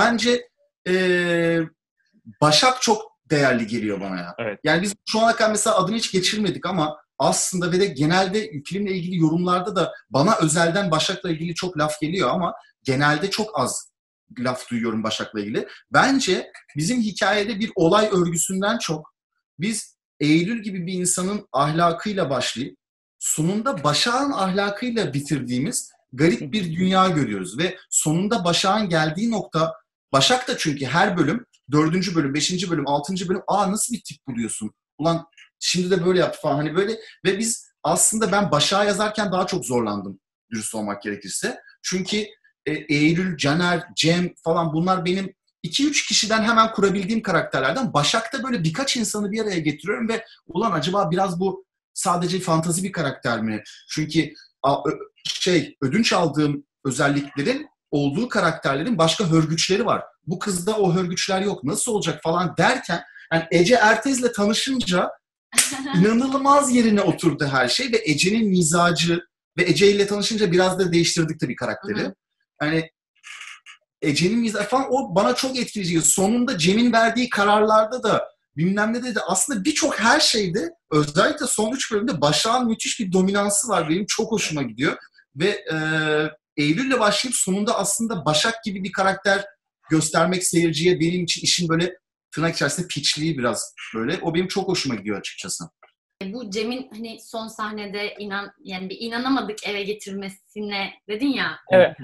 Başak çok değerli geliyor bana ya. Evet. Yani biz şu ana kadar mesela adını hiç geçirmedik ama aslında ve de genelde filmle ilgili yorumlarda da bana özelden Başak'la ilgili çok laf geliyor ama genelde çok az laf duyuyorum Başak'la ilgili. Bence bizim hikayede bir olay örgüsünden çok biz Eylül gibi bir insanın ahlakıyla başlayıp sonunda Başak'ın ahlakıyla bitirdiğimiz garip bir dünya görüyoruz ve sonunda Başak'ın geldiği nokta, Başak da çünkü her bölüm 4. bölüm, 5. bölüm, 6. bölüm nasıl bir tip buluyorsun? Ulan şimdi de böyle yaptı falan. Hani böyle ve biz aslında ben Başak'ı yazarken daha çok zorlandım dürüst olmak gerekirse. Çünkü Eylül, Caner, Cem falan bunlar benim 2-3 kişiden hemen kurabildiğim karakterlerden. Başak'ta böyle birkaç insanı bir araya getiriyorum ve ulan acaba biraz bu sadece fantazi bir karakter mi? Çünkü ödünç aldığım özelliklerin olduğu karakterlerin başka hörgüçleri var. Bu kızda o hörgüçler yok. Nasıl olacak falan derken yani Ece Ertez'le tanışınca inanılmaz yerine oturdu her şey ve Ece'nin mizacı ve Ece ile tanışınca biraz da değiştirdik tabii karakteri. Hı hı. Yani Ece'nin mizacı falan o bana çok etkileyici. Sonunda Cem'in verdiği kararlarda da bilmem ne de aslında birçok her şeyde özellikle son 3 bölümde Başak'ın müthiş bir dominansı var. Benim çok hoşuma gidiyor. Ve Eylül'le başlayıp sonunda aslında Başak gibi bir karakter göstermek seyirciye benim için işin böyle tırnak içerisinde piçliği biraz böyle. O benim çok hoşuma gidiyor açıkçası. Bu Cem'in hani son sahnede yani bir inanamadık eve getirmesine dedin ya. Evet.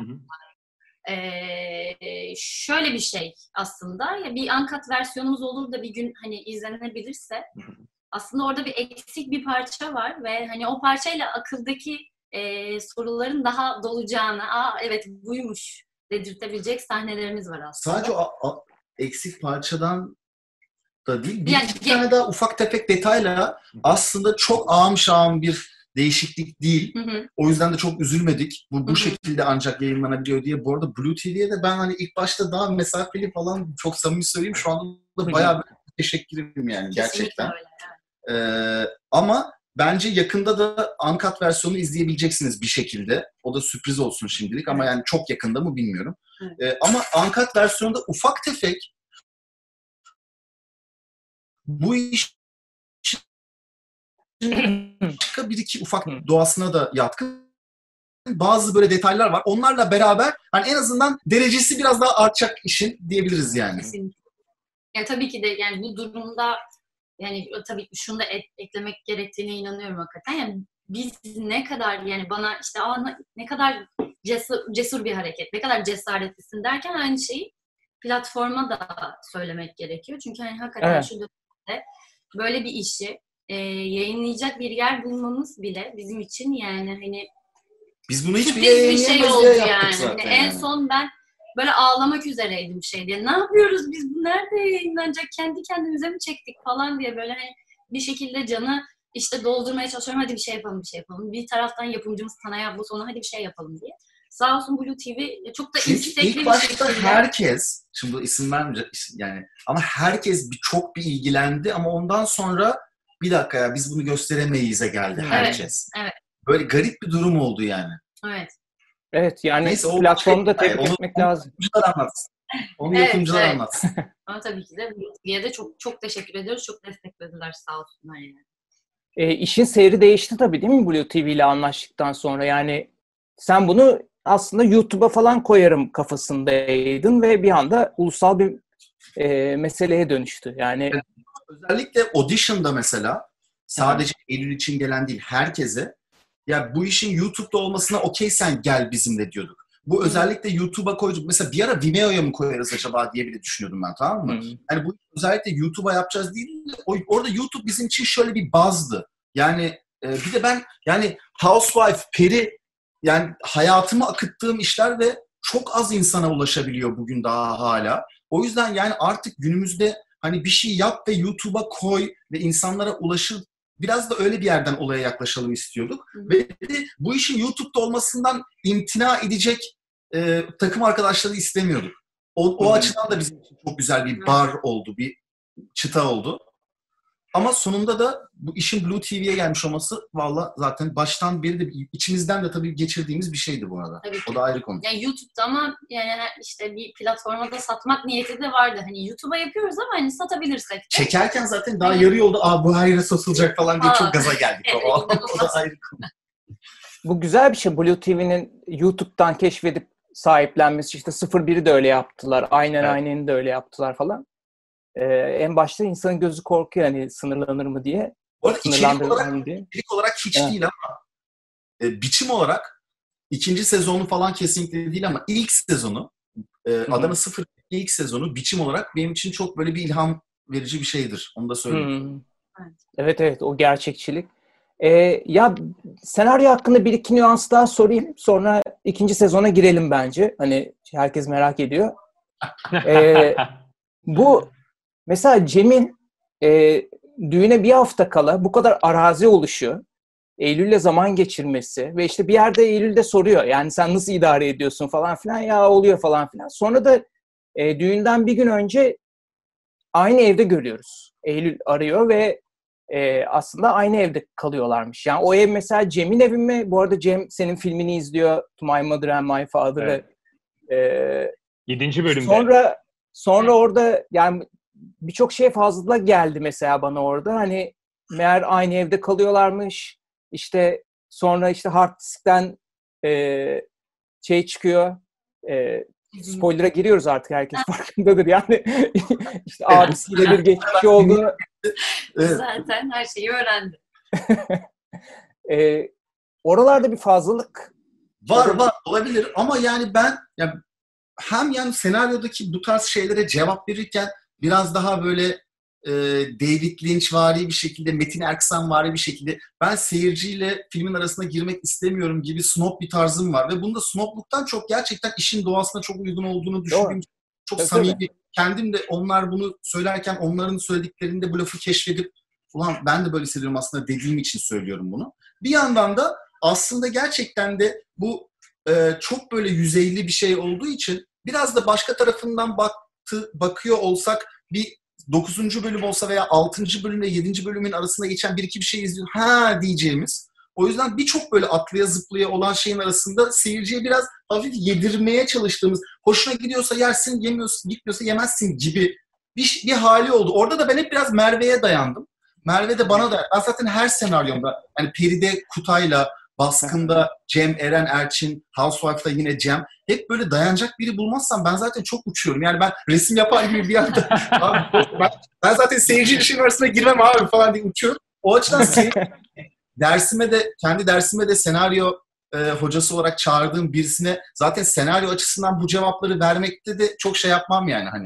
Şöyle bir şey aslında ya bir uncut versiyonumuz olur da bir gün hani izlenebilirse aslında orada bir eksik bir parça var ve hani o parçayla akıldaki soruların daha dolacağını, evet buymuş dedirtebilecek sahnelerimiz var aslında. Sadece eksik parçadan da değil, bir tane daha ufak tefek detayla aslında çok ağam şağım bir değişiklik değil. Hı. O yüzden de çok üzülmedik. Bu şekilde ancak yayınlanabiliyor diye. Bu arada Blue TV'ye de ben hani ilk başta daha mesafeli falan çok samimi söyleyeyim. Şu anda bayağı teşekkür ederim yani gerçekten. Ama bence yakında da uncut versiyonu izleyebileceksiniz bir şekilde. O da sürpriz olsun şimdilik ama yani çok yakında mı bilmiyorum. Ama uncut versiyonda ufak tefek bu iş başka bir iki ufak doğasına da yatkın. Bazı böyle detaylar var. Onlarla beraber hani en azından derecesi biraz daha artacak işin diyebiliriz yani. Kesinlikle. Yani tabii ki de yani bu durumda yani tabii ki şunu da eklemek gerektiğine inanıyorum hakikaten. Yani biz ne kadar yani bana işte ne kadar cesur bir hareket, ne kadar cesaretlisin derken aynı şeyi platforma da söylemek gerekiyor. Çünkü hani hakikaten şu dönemde böyle bir işi yayınlayacak bir yer bulmamız bile bizim için yani hani biz bunu hiçbir bir şey oldu yani. Zaten en son ben böyle ağlamak üzereydim şey diye. Ne yapıyoruz biz? Bu nerede yayınlanacak? Kendi kendimize mi çektik falan diye böyle hani bir şekilde canı işte doldurmaya çalışıyorum. Hadi bir şey yapalım, bir şey yapalım. Bir taraftan yapımcımız Tanay abla sonra hadi bir şey yapalım diye. Sağ olsun Blue TV çok da istekli ilk başta herkes, şimdi isim vermeyeceğim yani ama herkes çok bir ilgilendi ama ondan sonra bir dakika ya biz bunu gösteremeyiz'e geldi herkes. Evet. Böyle garip bir durum oldu yani. Evet. Evet yani Neyse, o platformu da şey, tebrik etmek lazım. Yapımcılar anlatsın. Onu yapımcılar anlatsın. Ama tabii ki de BlueTV'ye de çok çok teşekkür ediyoruz. Çok desteklediler sağ olsunlar yani. İşin seyri değişti tabii değil mi Blue TV ile anlaştıktan sonra? Yani sen bunu aslında YouTube'a falan koyarım kafasındaydın ve bir anda ulusal bir meseleye dönüştü. Yani özellikle Audition'da mesela sadece Eylül için gelen değil herkese ya bu işin YouTube'da olmasına okey sen gel bizimle diyorduk. Bu özellikle YouTube'a koyduk. Mesela bir ara Vimeo'ya mı koyarız acaba diye bile düşünüyordum ben, tamam mı? Yani bu özellikle YouTube'a yapacağız değil de orada YouTube bizim için şöyle bir bazdı. Yani bir de ben yani Housewife, Peri yani hayatımı akıttığım işler ve çok az insana ulaşabiliyor bugün daha hala. O yüzden yani artık günümüzde hani bir şey yap ve YouTube'a koy ve insanlara ulaşır. Biraz da öyle bir yerden olaya yaklaşalım istiyorduk. Ve de bu işin YouTube'da olmasından imtina edecek takım arkadaşları istemiyorduk. O açıdan da bizim için çok güzel bir bar oldu, bir çıta oldu. Ama sonunda da bu işin Blue TV'ye gelmiş olması valla zaten baştan beri de içimizden de tabii geçirdiğimiz bir şeydi bu arada. Tabii o da ayrı konu. Yani YouTube'da ama yani işte bir platforma da satmak niyeti de vardı. Hani YouTube'a yapıyoruz ama hani satabilirsek de. Çekerken zaten daha yarı yolda bu hayra satılacak falan diye çok gaza geldik. Evet, o da ayrı konu. bu güzel bir şey. Blue TV'nin YouTube'dan keşfedip sahiplenmesi. İşte 01'i de öyle yaptılar. Aynen'i de öyle yaptılar falan. En başta insanın gözü korkuyor hani sınırlanır mı diye. Bu arada içerik olarak hiç değil ama biçim olarak ikinci sezonu falan kesinlikle değil ama ilk sezonu Adana 0 ilk sezonu biçim olarak benim için çok böyle bir ilham verici bir şeydir. Onu da söyleyeyim. Evet o gerçekçilik. Ya senaryo hakkında bir iki nüans daha sorayım. Sonra ikinci sezona girelim bence. Hani herkes merak ediyor. Bu mesela Cem'in düğüne bir hafta kala bu kadar arazi oluşu, Eylül'le zaman geçirmesi ve işte bir yerde Eylül'de soruyor. Yani sen nasıl idare ediyorsun falan filan, ya oluyor falan filan. Sonra da düğünden bir gün önce aynı evde görüyoruz. Eylül arıyor ve aslında aynı evde kalıyorlarmış. Yani o ev mesela Cem'in evi mi? Bu arada Cem senin filmini izliyor. To My Mother and My Father'ı. Evet. 7. bölümde. Sonra orada yani birçok şey fazla geldi mesela bana orada. Hani meğer aynı evde kalıyorlarmış. İşte sonra işte hard diskten çıkıyor. Spoiler'a giriyoruz artık, herkes farkındadır yani. İşte abisiyle bir geçmiş oldu. Zaten her şeyi öğrendi. Oralarda bir fazlalık var olabilir ama yani ben hem yani senaryodaki bu tarz şeylere cevap verirken biraz daha böyle David Lynch'vari bir şekilde, Metin Erksanvari bir şekilde ben seyirciyle filmin arasına girmek istemiyorum gibi snob bir tarzım var ve bunda snobluktan çok gerçekten işin doğasına çok uygun olduğunu düşündüğüm çok samimi. Kendim de onlar bunu söylerken onların söylediklerinde bu lafı keşfedip ulan ben de böyle hissediyorum aslında dediğim için söylüyorum bunu. Bir yandan da aslında gerçekten de bu çok böyle yüzeyli bir şey olduğu için biraz da başka tarafından bakıyor olsak bir 9. bölüm olsa veya 6. bölümle 7. bölümün arasında geçen bir iki bir şey izliyor. diyeceğimiz. O yüzden birçok böyle atlaya zıplaya olan şeyin arasında seyirciye biraz hafif yedirmeye çalıştığımız, hoşuna gidiyorsa yersin, yemiyorsa gitmiyorsa yemezsin gibi bir hali oldu. Orada da ben hep biraz Merve'ye dayandım. Merve de bana da, ben zaten her senaryomda yani Peri'de Kutay'la, Baskın'da Cem, Eren, Erçin, Housewife'da yine Cem. Hep böyle dayanacak biri bulmazsam ben zaten çok uçuyorum. Yani ben resim yapar gibi bir anda ben zaten seyirci işin arasına girmem abi falan diye uçuyorum. O açıdan kendi dersime de senaryo hocası olarak çağırdığım birisine zaten senaryo açısından bu cevapları vermekte de çok şey yapmam yani hani.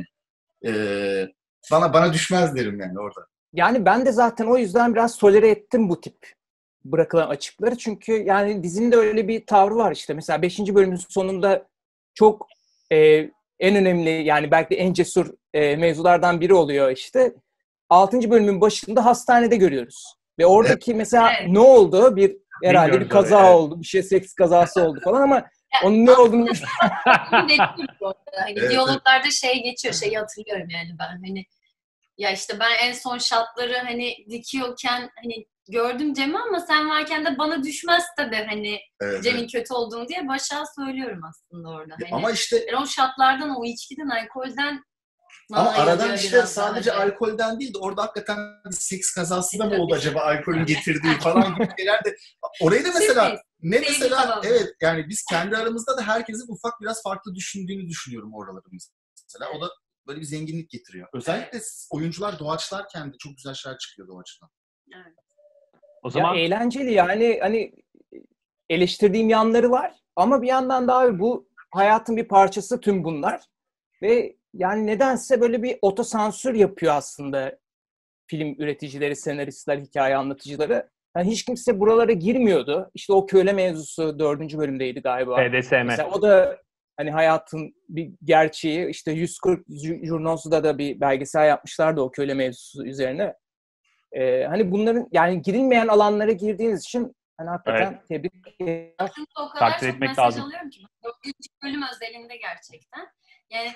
Bana düşmez derim yani orada. Yani ben de zaten o yüzden biraz tolere ettim bu tip bırakılan açıkları. Çünkü yani dizinin de öyle bir tavrı var işte. Mesela 5. bölümün sonunda çok en önemli yani belki de en cesur mevzulardan biri oluyor işte. 6. bölümün başında hastanede görüyoruz. Ve oradaki mesela ne oldu? Herhalde bir kaza oldu. Bir seks kazası oldu falan ama onun ne olduğunu Diyaloglarda şey geçiyor. Şeyi hatırlıyorum yani ben. Hani ya işte ben en son şatları hani dikiyorken hani gördüm Cem'i ama sen varken de bana düşmez tabii hani Evet, Cem'in evet. kötü olduğunu diye başa söylüyorum aslında orada. Hani, Ama işte yani o şatlardan, o içkiden, alkolden ama bana aradan yazıyor işte biraz daha sadece acı. alkolden değil de orada hakikaten bir seks kazası da mı Tabii. oldu acaba alkolün getirdiği falan gibi şeyler de. Orayı da mesela Sürpriz. ne Sevgi mesela tamamı. evet yani biz kendi aramızda da herkesin ufak biraz farklı düşündüğünü düşünüyorum oraları mesela. O da böyle bir zenginlik getiriyor. Özellikle oyuncular doğaçlarken de çok güzel şeyler çıkıyor doğaçtan. Evet. O Ya zaman eğlenceli yani hani eleştirdiğim yanları var ama bir yandan da abi bu hayatın bir parçası tüm bunlar ve yani nedense böyle bir otosansür yapıyor aslında film üreticileri, senaristler, hikaye anlatıcıları. Yani hiç kimse buralara girmiyordu. İşte o köle mevzusu 4. bölümdeydi galiba. BDSM. Mesela o da hani hayatın bir gerçeği. İşte 140 Jurnos'da da bir belgesel yapmışlardı o köle mevzusu üzerine. Hani bunların yani girilmeyen alanlara girdiğiniz için hani hakikaten Evet. tebrik ederim. Aslında o kadar Takdir çok etmek mesaj lazım. alıyorum ki. 4. bölüm özelinde gerçekten. Yani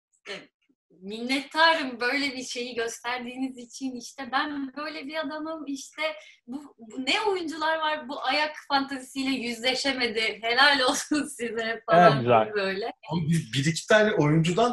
minnettarım böyle bir şeyi gösterdiğiniz için, işte ben böyle bir adamım, işte bu ne oyuncular var bu ayak fantezisiyle yüzleşemedi, helal olsun size falan Evet, güzel. gibi böyle. Ama biz bir iki tane oyuncudan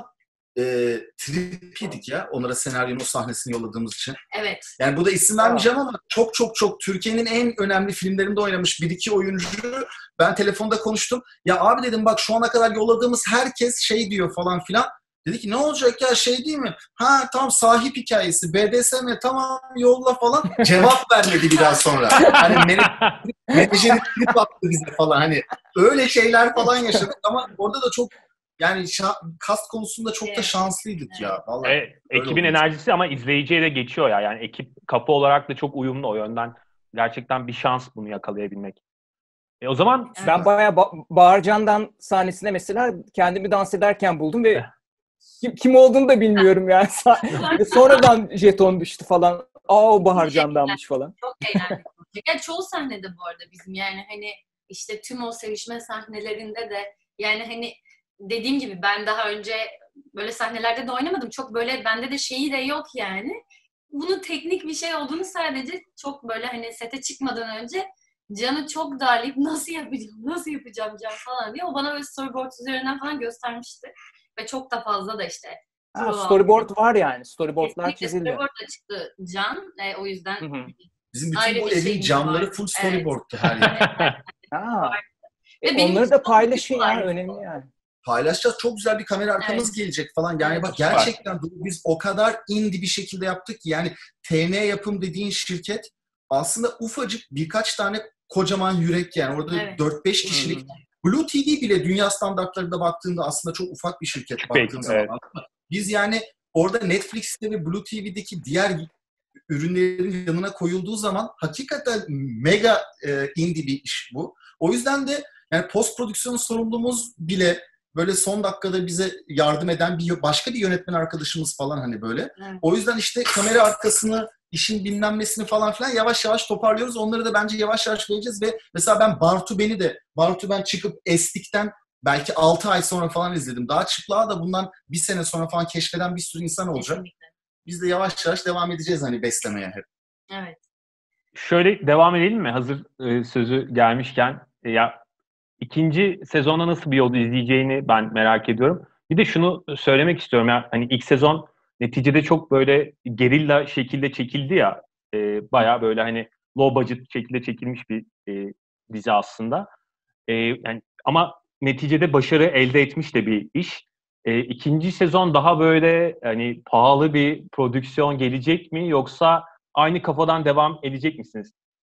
trip yedik ya onlara senaryonun sahnesini yolladığımız için. Evet. Yani bu da isim vermeyeceğim ama çok Türkiye'nin en önemli filmlerinde oynamış bir iki oyuncu. Ben telefonda konuştum. Ya abi dedim bak şu ana kadar yolladığımız herkes şey diyor falan filan. Dedi ki ne olacak ya şey değil mi? Ha tamam sahip hikayesi BDSM tamam yolla falan. Cevap vermedi bir daha sonra. Hani menajeri trip attı bize falan hani. Öyle şeyler falan yaşadık ama orada da çok yani kast konusunda çok da Evet. şanslıydık ya. Vallahi öyle Ekibin oldu. enerjisi ama izleyiciye de geçiyor ya. Yani ekip kapı olarak da çok uyumlu o yönden. Gerçekten bir şans bunu yakalayabilmek. O zaman Evet. Ben bayağı Bağırcan'dan sahnesine mesela kendimi dans ederken buldum ve kim olduğunu da bilmiyorum yani. Sonradan jeton düştü falan. O Bağırcan'danmış falan. Çok eğlendik. Yani çoğu sahnede bu arada bizim yani hani işte tüm o sevişme sahnelerinde de yani hani dediğim gibi ben daha önce böyle sahnelerde de oynamadım. Çok böyle bende de şeyi de yok yani. Bunun teknik bir şey olduğunu sadece çok böyle hani sete çıkmadan önce Can'ı çok darlayıp nasıl yapacağım Can falan diye o bana böyle storyboard üzerinden falan göstermişti. Ve çok da fazla da işte Storyboard var yani. Storyboardlar kesinlikle çizildi. storyboardla çıktı Can. O yüzden Hı hı. Bizim bütün ayrı bu bir evin şeyimiz camları var. full Evet. storyboard'tu her yer. Ha. Ve benim Onları için da çok paylaşın büyük ya. var. Önemli yani. Paylaşacağız. Çok güzel bir kamera arkamız Evet. gelecek falan. Yani Evet. bak gerçekten biz o kadar indie bir şekilde yaptık ki yani TN Yapım dediğin şirket aslında ufacık birkaç tane kocaman yürek yani orada Evet. 4-5 kişilik. Blue TV bile dünya standartlarında baktığında aslında çok ufak bir şirket baktığın evet. zaman. Biz yani orada Netflix'te ve Blue TV'deki diğer ürünlerin yanına koyulduğu zaman hakikaten mega indie bir iş bu. O yüzden de yani post prodüksiyon sorumluluğumuz bile böyle son dakikada bize yardım eden başka bir yönetmen arkadaşımız falan hani böyle. Evet. O yüzden işte kamera arkasını, işin dinlenmesini falan filan yavaş yavaş toparlıyoruz. Onları da bence yavaş yavaş vereceğiz ve mesela ben Bartu ben çıkıp Estik'ten belki 6 ay sonra falan izledim. Daha çıplığa da bundan bir sene sonra falan keşfeden bir sürü insan olacak. Kesinlikle. Biz de yavaş yavaş devam edeceğiz hani beslemeye hep. Evet. Şöyle devam edelim mi? Hazır sözü gelmişken. Ya ikinci sezonda nasıl bir yol izleyeceğini ben merak ediyorum. Bir de şunu söylemek istiyorum ya. Hani ilk sezon neticede çok böyle gerilla şekilde çekildi ya. Bayağı böyle hani low budget şekilde çekilmiş bir dizi aslında. Yani ama neticede başarı elde etmiş de bir iş. İkinci sezon daha böyle hani pahalı bir prodüksiyon gelecek mi yoksa aynı kafadan devam edecek misiniz?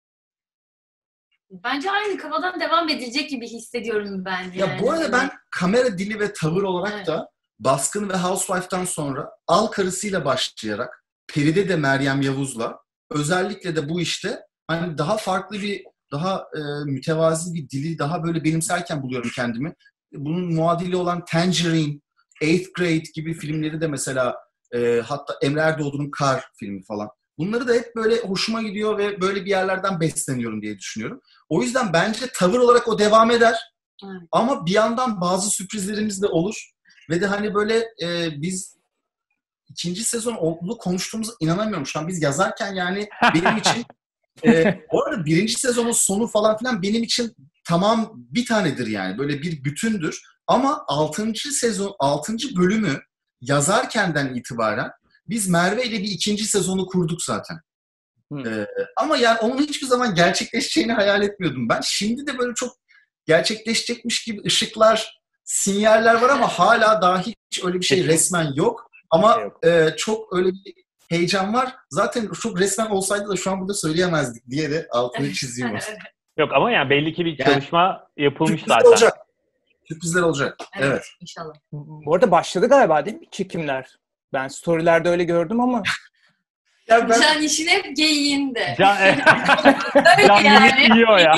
Bence aynı kafadan devam edecek gibi hissediyorum ben yani. Ya bu arada ben kamera dili ve tavır olarak Evet. da Baskın ve Housewife'tan sonra Al karısıyla başlayarak Peride de Meryem Yavuz'la özellikle de bu işte hani daha farklı bir daha mütevazi bir dili daha böyle benimserken buluyorum kendimi. Bunun muadili olan Tangerine, Eighth Grade gibi filmleri de mesela hatta Emre Erdoğdu'nun Kar filmi falan. Bunları da hep böyle hoşuma gidiyor ve böyle bir yerlerden besleniyorum diye düşünüyorum. O yüzden bence tavır olarak o devam eder. Evet. Ama bir yandan bazı sürprizlerimiz de olur. Ve de hani böyle biz ikinci sezon olduğunu konuştuğumuza inanamıyorum. Şu an biz yazarken yani benim için bu arada birinci sezonun sonu falan filan benim için tamam bir tanedir yani. Böyle bir bütündür. Ama 6. bölümü yazarkenden itibaren biz Merve ile bir ikinci sezonu kurduk zaten. Ama yani onun hiçbir zaman gerçekleşeceğini hayal etmiyordum ben. Şimdi de böyle çok gerçekleşecekmiş gibi ışıklar, sinyaller var ama hala daha hiç öyle bir şey resmen yok. Ama çok öyle bir heyecan var. Zaten çok resmen olsaydı da şu an burada söyleyemezdik diye de altını çiziyorum. Yok ama yani belli ki bir çalışma yapılmış zaten. Olacak. Sürprizler olacak. Evet. İnşallah. Bu arada başladı galiba değil mi çekimler? Ben storylerde öyle gördüm ama. Yani Can işin hep geyiğinde. Can yani. yiyor ya.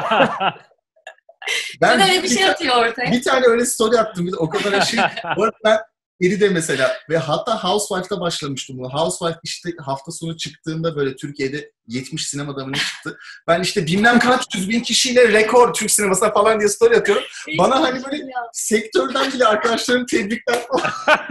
Ben öyle bir şey atıyor ortaya. Bir tane öyle story attım. O kadar şey. Bu arada ben biri de mesela ve hatta Housewife'da başlamıştım bunu. Housewife işte hafta sonu çıktığında böyle Türkiye'de 70 sinemada mı ne çıktı. Ben işte bilmem kaç 100 bin kişiyle rekor Türk sinemasına falan diye story atıyorum. Bana hani böyle sektörden bile arkadaşlarım tebrikler falan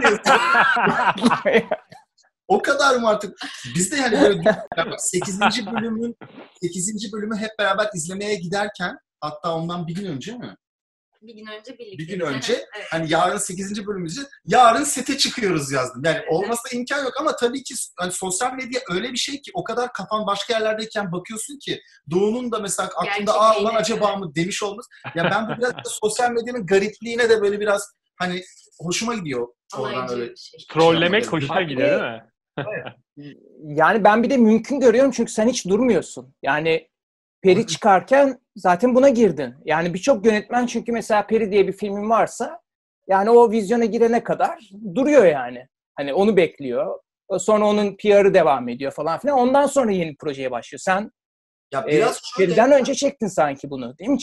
diye. O kadar mı artık? Biz de yani böyle 8. bölümü hep beraber izlemeye giderken hatta ondan bir gün önce mi? Bir gün önce birlikte. Bir gün önce evet. hani yarın 8. bölümümüzü yarın sete çıkıyoruz yazdım. Yani olmasına imkan yok ama tabii ki hani sosyal medya öyle bir şey ki o kadar kafan başka yerlerdeyken bakıyorsun ki Doğu'nun da mesela aklında ulan acaba mı demiş olması. Ya ben bu biraz da sosyal medyanın garipliğine de böyle biraz hani hoşuma gidiyor. Oradan öyle. Trollemek hoşuna gidiyor değil mi? Yani ben bir de mümkün görüyorum çünkü sen hiç durmuyorsun. Yani Peri çıkarken zaten buna girdin. Yani birçok yönetmen çünkü mesela Peri diye bir filmin varsa yani o vizyona girene kadar duruyor yani. Hani onu bekliyor. Sonra onun PR'ı devam ediyor falan filan. Ondan sonra yeni projeye başlıyor. Sen ya biraz Peri'den önce çektin sanki bunu değil mi?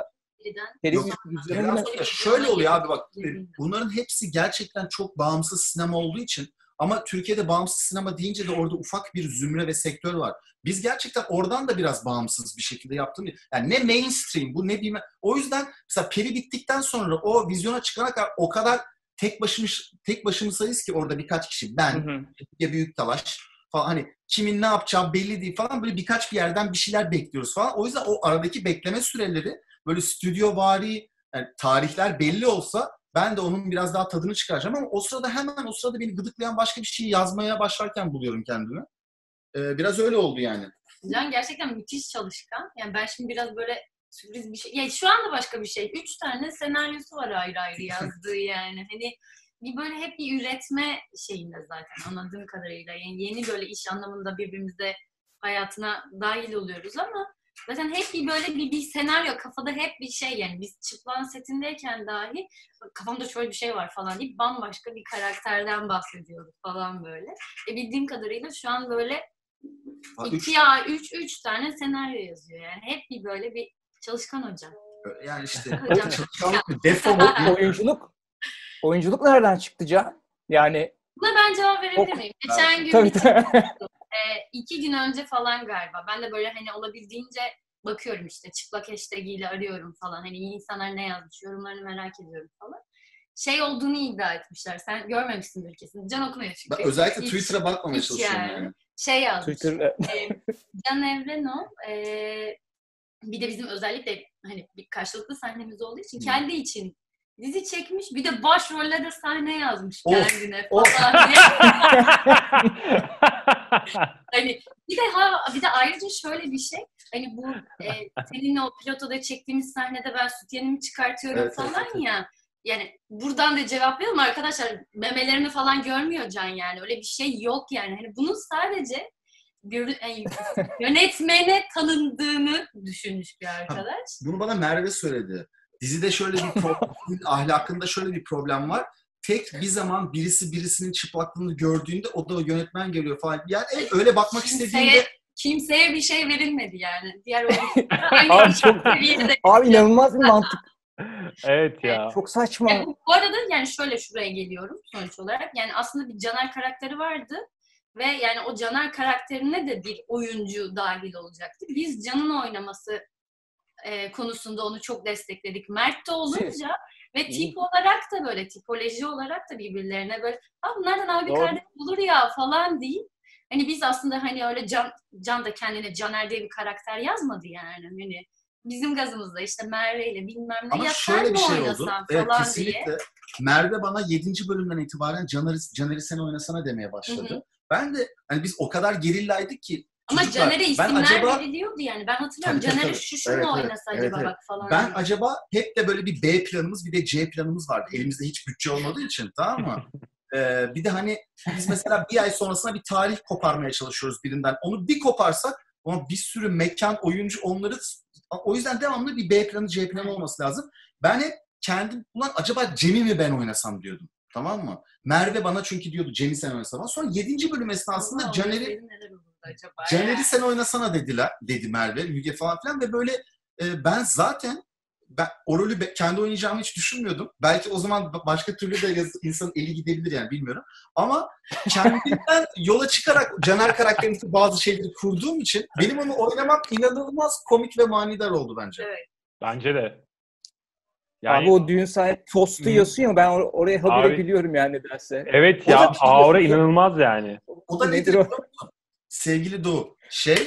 Şöyle oluyor abi bak. Bunların hepsi gerçekten çok bağımsız sinema olduğu için ama Türkiye'de bağımsız sinema deyince de orada ufak bir zümre ve sektör var. Biz gerçekten oradan da biraz bağımsız bir şekilde yaptığımız. Yani ne mainstream bu ne bilmem. O yüzden mesela Peri bittikten sonra o vizyona çıkana kadar o kadar tek başımızdayız ki orada birkaç kişi. Ben, ya Büyük Talaş falan hani kimin ne yapacağı belli değil falan böyle birkaç bir yerden bir şeyler bekliyoruz falan. O yüzden o aradaki bekleme süreleri böyle stüdyovari yani tarihler belli olsa ben de onun biraz daha tadını çıkaracağım ama o sırada beni gıdıklayan başka bir şey yazmaya başlarken buluyorum kendimi. Biraz öyle oldu yani. Can gerçekten müthiş çalışkan. Yani ben şimdi biraz böyle sürpriz bir şey. Yani şu anda başka bir şey. 3 tane senaryosu var ayrı ayrı yazdığı yani. Hani bir böyle hep bir üretme şeyinde zaten anladığım kadarıyla. Yani yeni böyle iş anlamında birbirimize hayatına dahil oluyoruz ama zaten hep bir böyle bir senaryo kafada hep bir şey yani biz Çıplak'ın setindeyken dahi kafamda şöyle bir şey var falan deyip bambaşka bir karakterden bahsediyoruz falan böyle. Bildiğim kadarıyla şu an böyle 3 tane senaryo yazıyor yani. Hep bir böyle bir çalışkan hoca. Yani işte çalışkanlık bir defo. Oyunculuk nereden çıktı Can? Yani buna ben cevap verebilir miyim? Geçen gün tabii. 2 gün önce falan galiba. Ben de böyle hani olabildiğince bakıyorum işte çıplak hashtag ile arıyorum falan. Hani insanlar ne yazmış yorumlarını merak ediyorum falan. Şey olduğunu iddia etmişler. Sen görmemişsindir kesin. Can okumuyor çünkü. Ben özellikle Twitter'a bakmamaya çalışıyorum yani. Şey yazmış. Can Evrenol bir de bizim özellikle hani bir karşılıklı sahnemiz olduğu için kendi için dizi çekmiş. Bir de başrolle de sahne yazmış kendine falan diye. Hani bir de ayrıca şöyle bir şey. Hani bu seninle o pilotoda çektiğimiz sahnede ben sütyenimi çıkartıyorum falan ya. Yani buradan da cevaplayalım arkadaşlar. Memelerini falan görmüyor Can yani. Öyle bir şey yok yani. Hani bunun sadece yönetmene tanındığını düşünmüş bir arkadaş. Bunu bana Merve söyledi. Dizide şöyle bir problem, ahlakında şöyle bir problem var. Tek bir zaman birisi birisinin çıplaklığını gördüğünde o da yönetmen geliyor falan. Yani öyle bakmak istediğinde... Kimseye bir şey verilmedi yani. Diğer Abi inanılmaz bir mantık. Evet ya. Çok saçma. Bu arada yani şuraya geliyorum sonuç olarak. Yani aslında bir Caner karakteri vardı. Ve yani o Caner karakterine de bir oyuncu dahil olacaktı. Biz Can'ın oynaması konusunda onu çok destekledik. Mert de olunca ve tip olarak da böyle, tipoloji olarak da birbirlerine böyle bunlardan abi bir kardeş olur ya falan değil. Hani biz aslında hani öyle Can da kendine Caner diye bir karakter yazmadı yani. Hani bizim gazımızda işte Merve ile bilmem ne ama ya şöyle sen bir mi şey oynasan oldu. Evet, falan kesinlikle. diye. Merve bana 7. bölümden itibaren Caner'i sen oynasana demeye başladı. Hı hı. Ben de hani biz o kadar gerillaydık ki ama çocuklar, Caner'e isimler veriliyordu yani. Ben hatırlıyorum. Caner'e şunu oynasa acaba bak falan. Ben acaba hep de böyle bir B planımız bir de C planımız vardı. Elimizde hiç bütçe olmadığı için, tamam mı? Bir de hani biz mesela bir ay sonrasına bir tarih koparmaya çalışıyoruz birinden. Onu bir koparsak ama bir sürü mekan, oyuncu onları, o yüzden devamlı bir B planı, C planı olması lazım. Ben hep kendim acaba Cem'i mi ben oynasam diyordum. Tamam mı? Merve bana çünkü diyordu Cem'i sen oynasana. Sonra 7. bölüm esnasında Caner'i sen oynasana dedi Merve, Müge falan filan ve böyle ben o rolü kendi oynayacağımı hiç düşünmüyordum. Belki o zaman başka türlü de insanın eli gidebilir yani, bilmiyorum. Ama kendimden yola çıkarak Caner karakterindeki bazı şeyleri kurduğum için benim onu oynamam inanılmaz komik ve manidar oldu bence. Evet. Bence de. Yani, abi o düğün sahibi tostu yiyorsun ya, ben oraya habire gülüyorum yani derse. Evet ya, aura inanılmaz yani. O da nedir? Sevgili Doğu,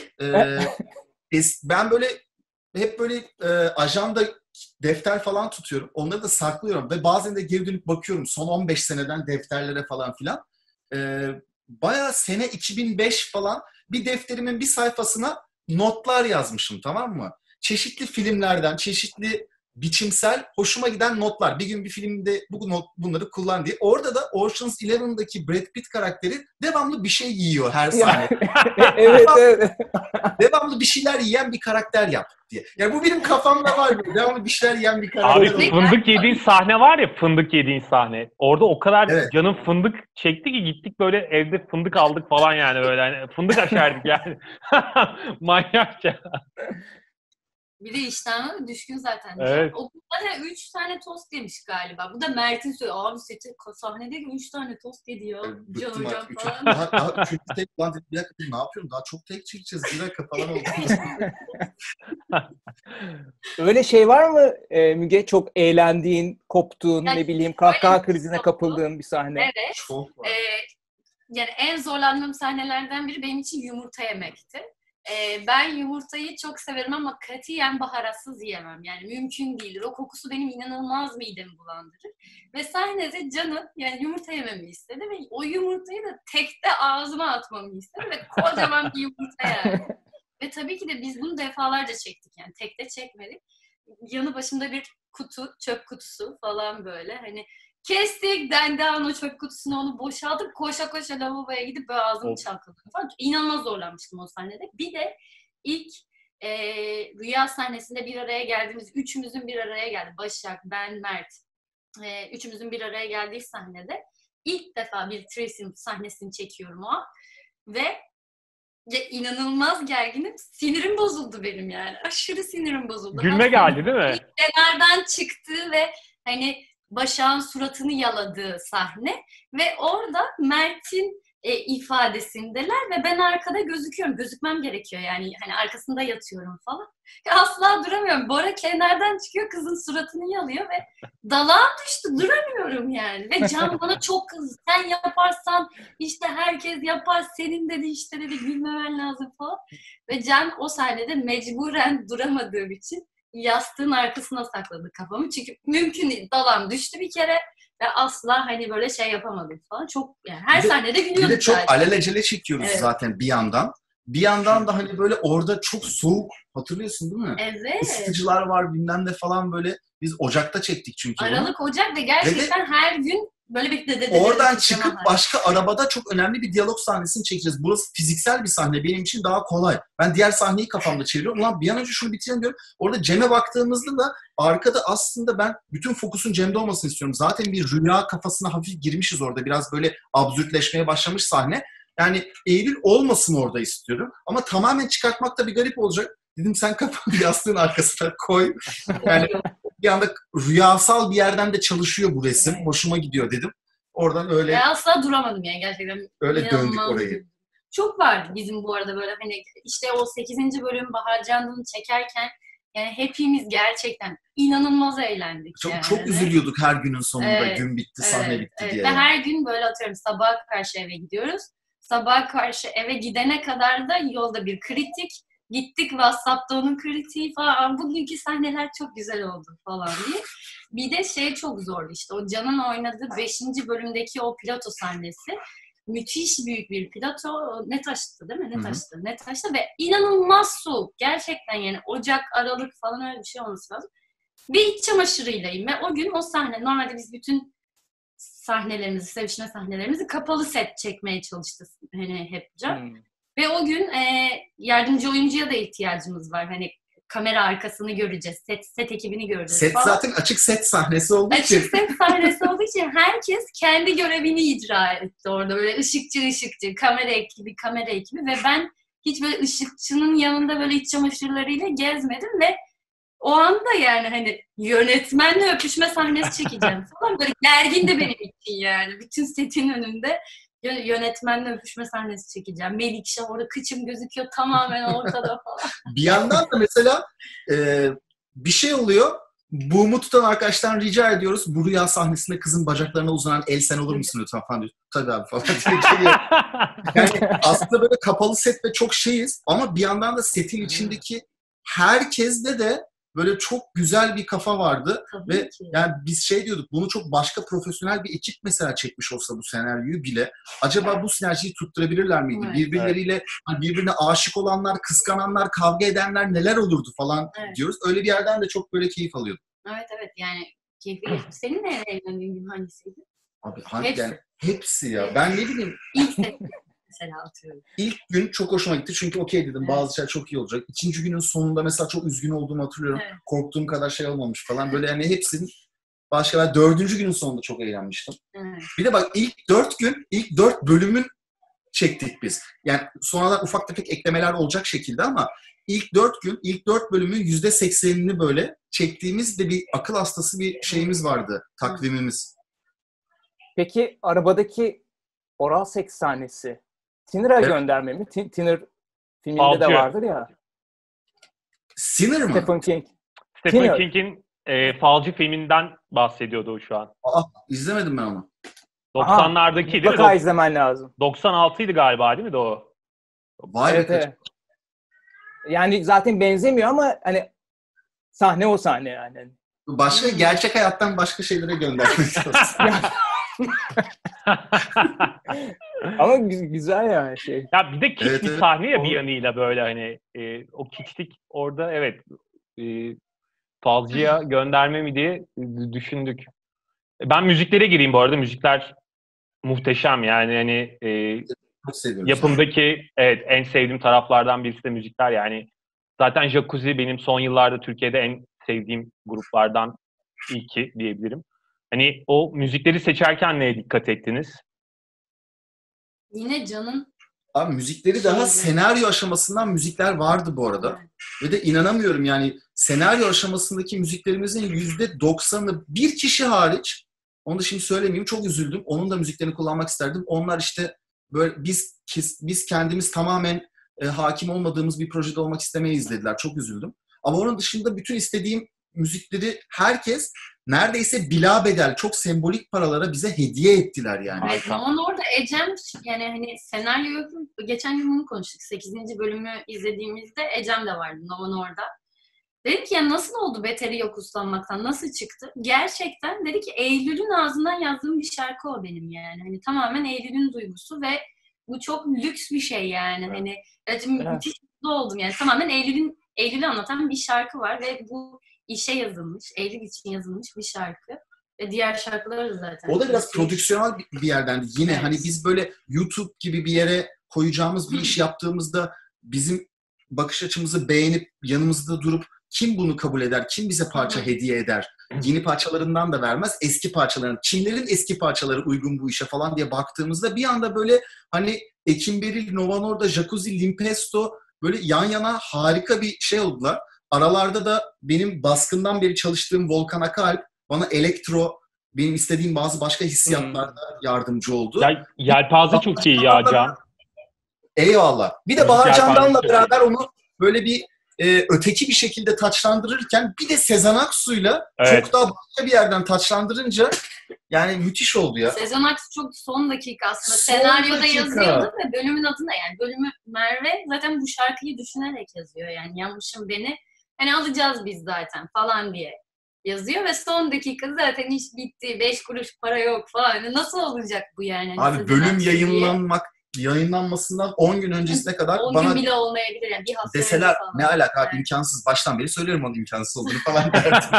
ben böyle hep böyle ajanda, defter falan tutuyorum. Onları da saklıyorum ve bazen de geri dönüp bakıyorum son 15 seneden defterlere falan filan. Bayağı sene 2005 falan bir defterimin bir sayfasına notlar yazmışım, tamam mı? Çeşitli filmlerden, çeşitli biçimsel, hoşuma giden notlar. Bir gün bir filmde bunları kullan diye. Orada da Ocean's Eleven'daki Brad Pitt karakteri devamlı bir şey yiyor her sahne. Evet. Devamlı bir şeyler yiyen bir karakter yap diye. Yani bu benim kafamda var böyle. Devamlı bir şeyler yiyen bir karakter. Abi fındık yediğin sahne var ya, fındık yediğin sahne. Orada o kadar canım fındık çekti ki gittik böyle evde fındık aldık falan yani böyle. Yani fındık aşerdik yani. Manyakça. Bir de iştahına düşkün zaten. Evet. Okulda 3 tane tost yemiş galiba. Bu da Mert'in söylüyor. Abi sahnede 3 tane tost yedi ya. Can hocam falan. Daha 3. tek falan dedi. Bir dakika ne yapıyorum? Daha çok tek çekeceğiz. Bir dakika falan oldu. Öyle şey var mı Müge? Çok eğlendiğin, koptuğun, yani, ne bileyim kahkaha krizine kapıldığın bir sahne. Evet. Çok var. Yani en zorlandığım sahnelerden biri benim için yumurta yemekti. Ben yumurtayı çok severim ama katiyen baharatsız yiyemem. Yani mümkün değildir. O kokusu benim inanılmaz midemi bulandırır. Ve sahnede Can'ın yani yumurta yememi istedi ve o yumurtayı da tekte ağzıma atmamı istedi ve kocaman bir yumurta yani. Ve tabii ki de biz bunu defalarca çektik yani tekte çekmedik. Yanı başında bir kutu, çöp kutusu falan böyle hani kestik, dendiğin o çöp kutusunu onu boşaltıp koşa koşa lavaboya gidip böyle ağzımı çalkaladım falan. İnanılmaz zorlanmıştım o sahnede. Bir de ilk rüya sahnesinde bir araya geldiğimiz, üçümüzün bir araya geldi. Başak, ben, Mert. Üçümüzün bir araya geldiği sahnede ilk defa bir threesome sahnesini çekiyorum o an. Ve inanılmaz gerginim. Sinirim bozuldu benim yani. Aşırı sinirim bozuldu. Gülme geldi değil mi? Kenardan çıktı ve hani Başak'ın suratını yaladığı sahne ve orada Mert'in ifadesindeler ve ben arkada gözüküyorum. Gözükmem gerekiyor yani. Hani arkasında yatıyorum falan. Asla duramıyorum. Bora kenardan çıkıyor, kızın suratını yalıyor ve dalağım düştü. Duramıyorum yani. Ve Can bana çok kızdı. Sen yaparsan işte herkes yapar. Senin dedi işte dedi gülmemen lazım falan. Ve Can o sahnede mecburen duramadığım için yastığın arkasına sakladı kafamı. Çünkü mümkün değil. Dalağım düştü bir kere ve asla hani böyle şey yapamadım falan. Çok yani her sahnede gülüyorduk. Bir de çok alelacele çekiyoruz zaten bir yandan. Bir yandan da hani böyle orada çok soğuk, hatırlıyorsun değil mi? Evet. Isıtıcılar var bilmem ne falan böyle. Biz Ocak'ta çektik çünkü Aralık, Ocak ve gerçekten her gün böyle bir oradan çıkıp başka arabada çok önemli bir diyalog sahnesini çekeceğiz. Burası fiziksel bir sahne. Benim için daha kolay. Ben diğer sahneyi kafamda çeviriyorum. Ulan bir an önce şunu bitirelim diyorum. Orada Cem'e baktığımızda da arkada aslında ben bütün fokusun Cem'de olmasını istiyorum. Zaten bir rüya kafasına hafif girmişiz orada. Biraz böyle absürtleşmeye başlamış sahne. Yani Eylül olmasın orada istiyorum. Ama tamamen çıkartmak da bir garip olacak. Dedim sen kafanı yastığın arkasına koy. Yani bir anda rüyasal bir yerden de çalışıyor bu resim. Evet. Hoşuma gidiyor dedim. Oradan öyle... Ya asla duramadım yani gerçekten. Öyle döndük orayı. Çok vardı bizim bu arada böyle hani işte o 8. bölüm Bahar Canlı'nı çekerken Yani hepimiz gerçekten inanılmaz eğlendik. Çok yani. çok üzülüyorduk her günün sonunda. Evet, Gün bitti, sahne bitti evet. diye. Ve her gün böyle atıyorum sabaha karşı eve gidiyoruz. Sabaha karşı eve gidene kadar da yolda bir kritik. Gittik WhatsApp'ta onun kritiği falan. Bugünkü sahneler çok güzel oldu falan diye. Bir de şey çok zordu işte. O Can'ın oynadığı 5. bölümdeki o plato sahnesi. Müthiş büyük bir plato. Ne taştı değil mi? Ne taştı? Ne taştı ve inanılmaz soğuk. Gerçekten yani Ocak, Aralık falan öyle bir şey olması lazım. Bir iç çamaşırıylayım ve o gün o sahne, normalde biz bütün sahnelerimizi, sevişme sahnelerimizi kapalı set çekmeye çalıştık hani hep Can. Ve o gün yardımcı oyuncuya da ihtiyacımız var. Hani kamera arkasını göreceğiz, set ekibini göreceğiz Set falan. zaten açık set sahnesi olduğu için. Açık set sahnesi olduğu için herkes kendi görevini icra etti orada. Böyle ışıkçı, kamera ekibi ve ben hiç böyle ışıkçının yanında böyle iç çamaşırlarıyla gezmedim ve o anda yani hani yönetmenle öpüşme sahnesi çekeceğim falan. Böyle gergin de benim için yani. Bütün setin önünde yönetmenle öpüşme sahnesi çekeceğim. Melikşah orada kıçım gözüküyor tamamen ortada falan. Bir yandan da mesela bir şey oluyor. Buğumu tutan arkadaştan rica ediyoruz. Bu rüya sahnesinde kızın bacaklarına uzanan el sen olur musun lütfen falan diyor. Tabii abi falan diye. Yani aslında böyle kapalı set ve çok şeyiz ama bir yandan da setin içindeki herkeste de böyle çok güzel bir kafa vardı. Tabii ve ki. yani biz şey diyorduk, bunu çok başka profesyonel bir ekip mesela çekmiş olsa bu senaryoyu bile acaba bu sinerjiyi tutturabilirler miydi? Evet. Birbirleriyle hani birbirine aşık olanlar, kıskananlar, kavga edenler neler olurdu falan diyoruz. Öyle bir yerden de çok böyle keyif alıyorduk. Evet yani keyifli geçti. Senin de evlendiğin gün hangisiydi? Abi Hepsi. yani hepsi ya. Ben ne bileyim. İlk set mesela atıyorum. İlk gün çok hoşuma gitti çünkü okey dedim, bazı şeyler çok iyi olacak. İkinci günün sonunda mesela çok üzgün olduğumu hatırlıyorum. Evet. Korktuğum kadar şey olmamış falan. Böyle yani hepsinin başka. Ben 4. günün sonunda çok eğlenmiştim. Evet. Bir de bak ilk 4 bölümün çektik biz. Yani sonradan ufak tefek eklemeler olacak şekilde ama ilk 4 bölümün %80'ini böyle çektiğimiz de bir akıl hastası bir şeyimiz vardı. Takvimimiz. Peki arabadaki oral seks sahnesi Tinner'a gönderme mi? Tinner filminde de vardır ya. Sinner mı? Stephen King. Stephen King'in Falcı filminden bahsediyordu o şu an. İzlemedim ben onu. 90'lardaki değil mi? Mutlaka izlemen lazım. 96'ydı galiba değil mi de o? Vay be. Evet. Yani zaten benzemiyor ama hani sahne o sahne yani. Başka gerçek hayattan başka şeylere göndermek istiyorsun. Ama güzel yani şey. Ya bir de kiç Evet, bir evet. sahne ya bir yanıyla böyle hani o kiçlik orada evet Falcı'ya gönderme mi diye düşündük. Ben müziklere gireyim bu arada. Müzikler muhteşem yani hani Çok seviyorum. yapımdaki evet en sevdiğim taraflardan birisi de müzikler yani. Zaten Jacuzzi benim son yıllarda Türkiye'de en sevdiğim gruplardan ilki diyebilirim. Hani o müzikleri seçerken neye dikkat ettiniz? Yine Can'ın Abi müzikleri daha senaryo aşamasından müzikler vardı bu arada. Ve de inanamıyorum yani senaryo aşamasındaki müziklerimizin %90'ı bir kişi hariç, onu da şimdi söylemeyeyim, çok üzüldüm. Onun da müziklerini kullanmak isterdim. Onlar işte böyle biz kendimiz tamamen hakim olmadığımız bir projede olmak istemeyiz dediler. Çok üzüldüm. Ama onun dışında bütün istediğim müzikleri herkes neredeyse bilabedel çok sembolik paralara bize hediye ettiler yani. Evet, ama orada Ecem yani hani senaryo geçen gün bunu konuştuk. 8. bölümü izlediğimizde Ecem de vardı Novan orada. Dedim ki ya nasıl oldu Beteri yok uslanmaktan? Nasıl çıktı? Gerçekten dedi ki Eylül'ün ağzından yazdığım bir şarkı o benim yani. Hani tamamen Eylül'ün duygusu ve bu çok lüks bir şey yani. Evet. Hani müthiş mutlu oldum yani. Tamamen Eylül'ü anlatan bir şarkı var ve bu işe yazılmış, Eylül için yazılmış bir şarkı. Ve diğer şarkıları da zaten. O da biraz prodüksiyonel bir yerdendi. Yine evet. Hani biz böyle YouTube gibi bir yere koyacağımız bir iş yaptığımızda bizim bakış açımızı beğenip yanımızda durup kim bunu kabul eder, kim bize parça hediye eder, yeni parçalarından da vermez, eski parçalarından. Kimlerin eski parçaları uygun bu işe falan diye baktığımızda bir anda böyle hani Ekim Beril, Nova Norda, Jacuzzi, Limpesto böyle yan yana harika bir şey oldular. Aralarda da benim baskından beri çalıştığım Volkan Akalp bana elektro, benim istediğim bazı başka hissiyatlarda yardımcı oldu. Ya, yelpaze çok iyi ya Can. Eyvallah. Bir de Bahar Candan'la beraber onu böyle bir öteki bir şekilde taçlandırırken bir de Sezen Aksu'yla Evet. çok daha başka bir yerden taçlandırınca yani müthiş oldu ya. Sezen Aksu çok son dakika aslında. Son Senaryoda dakika. yazıyordu ve bölümün adına yani bölümü Merve zaten bu şarkıyı düşünerek yazıyor. Yani yanmışım beni hani alacağız biz zaten falan diye yazıyor ve son dakika zaten iş bitti. 5 kuruş para yok falan. Yani nasıl olacak bu yani? Hani Abi Sezen bölüm Aksu diye. yayınlanmasından 10 gün öncesine kadar 10 bana gün bile olmayabilir yani bir hafta önce deseler falan. ne alaka abi, Evet. imkansız. Baştan beri söylüyorum onun imkansız olduğunu falan derdim.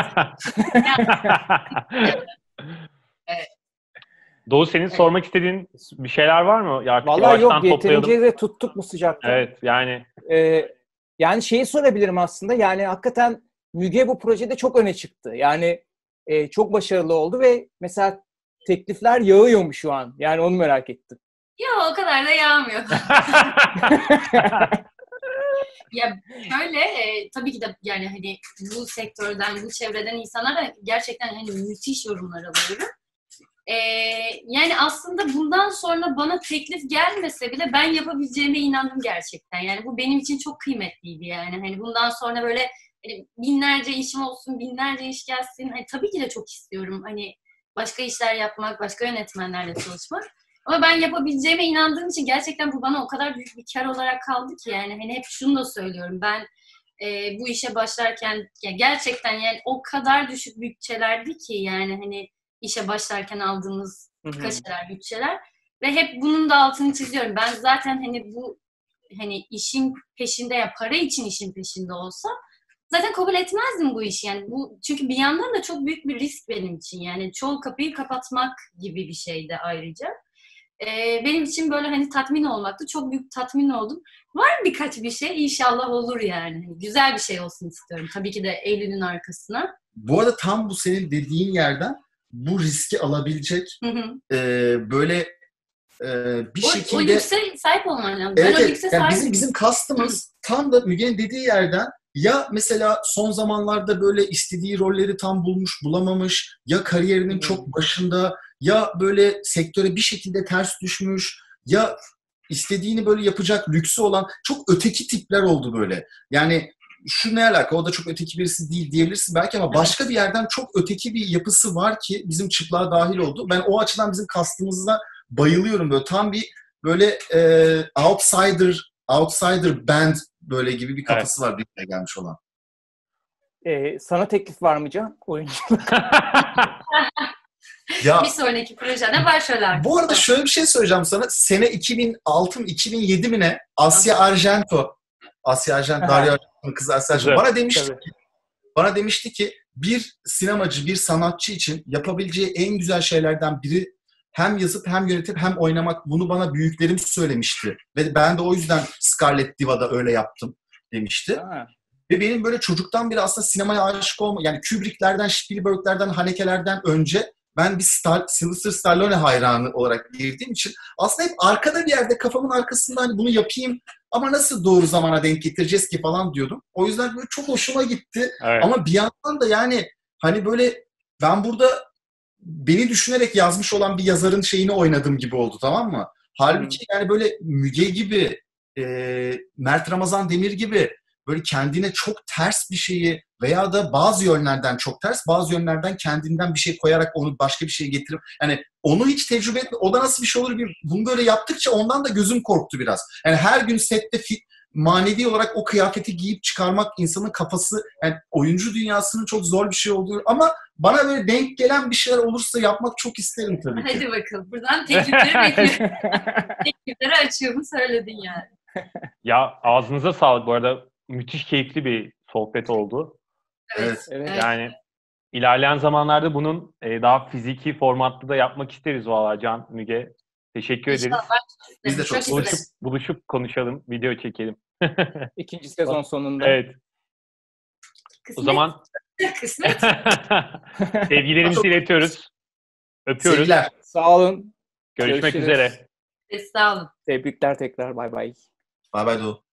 Evet. Doğu, senin sormak istediğin bir şeyler var mı? Ya artık Vallahi yavaştan yok, toplayalım. yeterince de tuttuk mu sıcakta? Evet yani. Yani şeyi sorabilirim aslında. Yani hakikaten Müge bu projede çok öne çıktı. Yani çok başarılı oldu ve mesela teklifler yağıyor mu şu an? Yani onu merak ettim. Ya o kadar da yağmıyor. Ya şöyle tabii ki de yani hani bu sektörden, bu çevreden insanlara gerçekten hani müthiş yorumlar alıyorum. E, Yani aslında bundan sonra bana teklif gelmese bile ben yapabileceğime inandım gerçekten. Yani bu benim için çok kıymetliydi yani. Hani bundan sonra böyle hani binlerce işim olsun, binlerce iş gelsin. Hani tabii ki de çok istiyorum. Hani başka işler yapmak, başka yönetmenlerle çalışmak. Ama ben yapabileceğime inandığım için gerçekten bu bana o kadar büyük bir kar olarak kaldı ki yani hani hep şunu da söylüyorum ben bu işe başlarken ya gerçekten yani o kadar düşük bütçelerdi ki yani hani işe başlarken aldığımız kaşeler, bütçeler ve hep bunun da altını çiziyorum. Ben zaten hani bu hani işin peşinde ya para için işin peşinde olsa zaten kabul etmezdim bu işi yani bu çünkü bir yandan da çok büyük bir risk benim için yani çoğu kapıyı kapatmak gibi bir şeydi ayrıca. Benim için böyle hani tatmin olmaktı. Çok büyük tatmin oldum. Var birkaç bir şey inşallah olur yani. Hani güzel bir şey olsun istiyorum. Tabii ki de Eylül'ün arkasına. Bu arada tam bu senin dediğin yerden bu riski alabilecek böyle bir O şekilde lükse sahip olman lazım. evet, Ben o evet. lükse Yani sahibim. bizim kastımız tam da Müge'nin dediği yerden ya mesela son zamanlarda böyle istediği rolleri tam bulmuş bulamamış ya kariyerinin çok başında ya böyle sektöre bir şekilde ters düşmüş ya istediğini böyle yapacak lüksü olan çok öteki tipler oldu böyle. Yani şu ne alaka, o da çok öteki birisi değil diyebilirsin belki ama başka bir yerden çok öteki bir yapısı var ki bizim çıplığa dahil oldu. Ben o açıdan bizim kastımızda bayılıyorum, böyle tam bir böyle outsider band böyle gibi bir kafası var dünyaya gelmiş olan. Sana teklif var mı Can? Oyuncu. Ya, bir sonraki projede başroller. bu arada şöyle bir şey söyleyeceğim sana. Sene 2006 mı 2007 mi ne? Asya Argento, Dario Argento'nun kızı Asya Argento bana demişti ki bir sinemacı, bir sanatçı için yapabileceği en güzel şeylerden biri hem yazıp hem yönetip hem oynamak. Bunu bana büyüklerim söylemişti. Ve ben de o yüzden Scarlet Diva'da öyle yaptım demişti. Ha. Ve benim böyle çocuktan beri aslında sinemaya aşık olma, yani Kubrick'lerden, Spielberg'lerden, Haneke'lerden önce ben bir Sylvester Stallone hayranı olarak girdiğim için aslında hep arkada bir yerde kafamın arkasında hani bunu yapayım ama nasıl doğru zamana denk getireceğiz ki falan diyordum. O yüzden böyle çok hoşuma gitti. Evet. Ama bir yandan da yani hani böyle ben burada beni düşünerek yazmış olan bir yazarın şeyini oynadım gibi oldu, tamam mı? Halbuki yani böyle Müge gibi, Mert Ramazan Demir gibi böyle kendine çok ters bir şeyi veya da bazı yönlerden çok ters, bazı yönlerden kendinden bir şey koyarak onu başka bir şeye getirip yani onu hiç tecrübe etme. O da nasıl bir şey olur? Bunu böyle yaptıkça ondan da gözüm korktu biraz. Yani her gün sette manevi olarak o kıyafeti giyip çıkarmak insanın kafası, yani oyuncu dünyasının çok zor bir şey olduğu ama bana böyle denk gelen bir şeyler olursa yapmak çok isterim tabii ki. Hadi bakalım. Buradan teklifleri bekliyorum. Teklifleri açığımı söyledin yani. Ya ağzınıza sağlık bu arada. Müthiş keyifli bir sohbet oldu. Evet. Yani ilerleyen zamanlarda bunun daha fiziki formatlı da yapmak isteriz valla Can, Müge. Teşekkür ederiz. Biz de çok Buluşup konuşalım, video çekelim. İkinci sezon sonunda. Evet. Kısmet. O zaman Kısmet. sevgilerimizi iletiyoruz. Öpüyoruz. Sevgiler. Sağ olun. Görüşmek Görüşürüz. üzere. Sağ olun. Tebrikler tekrar. Bay bay. Bay bay Doğu.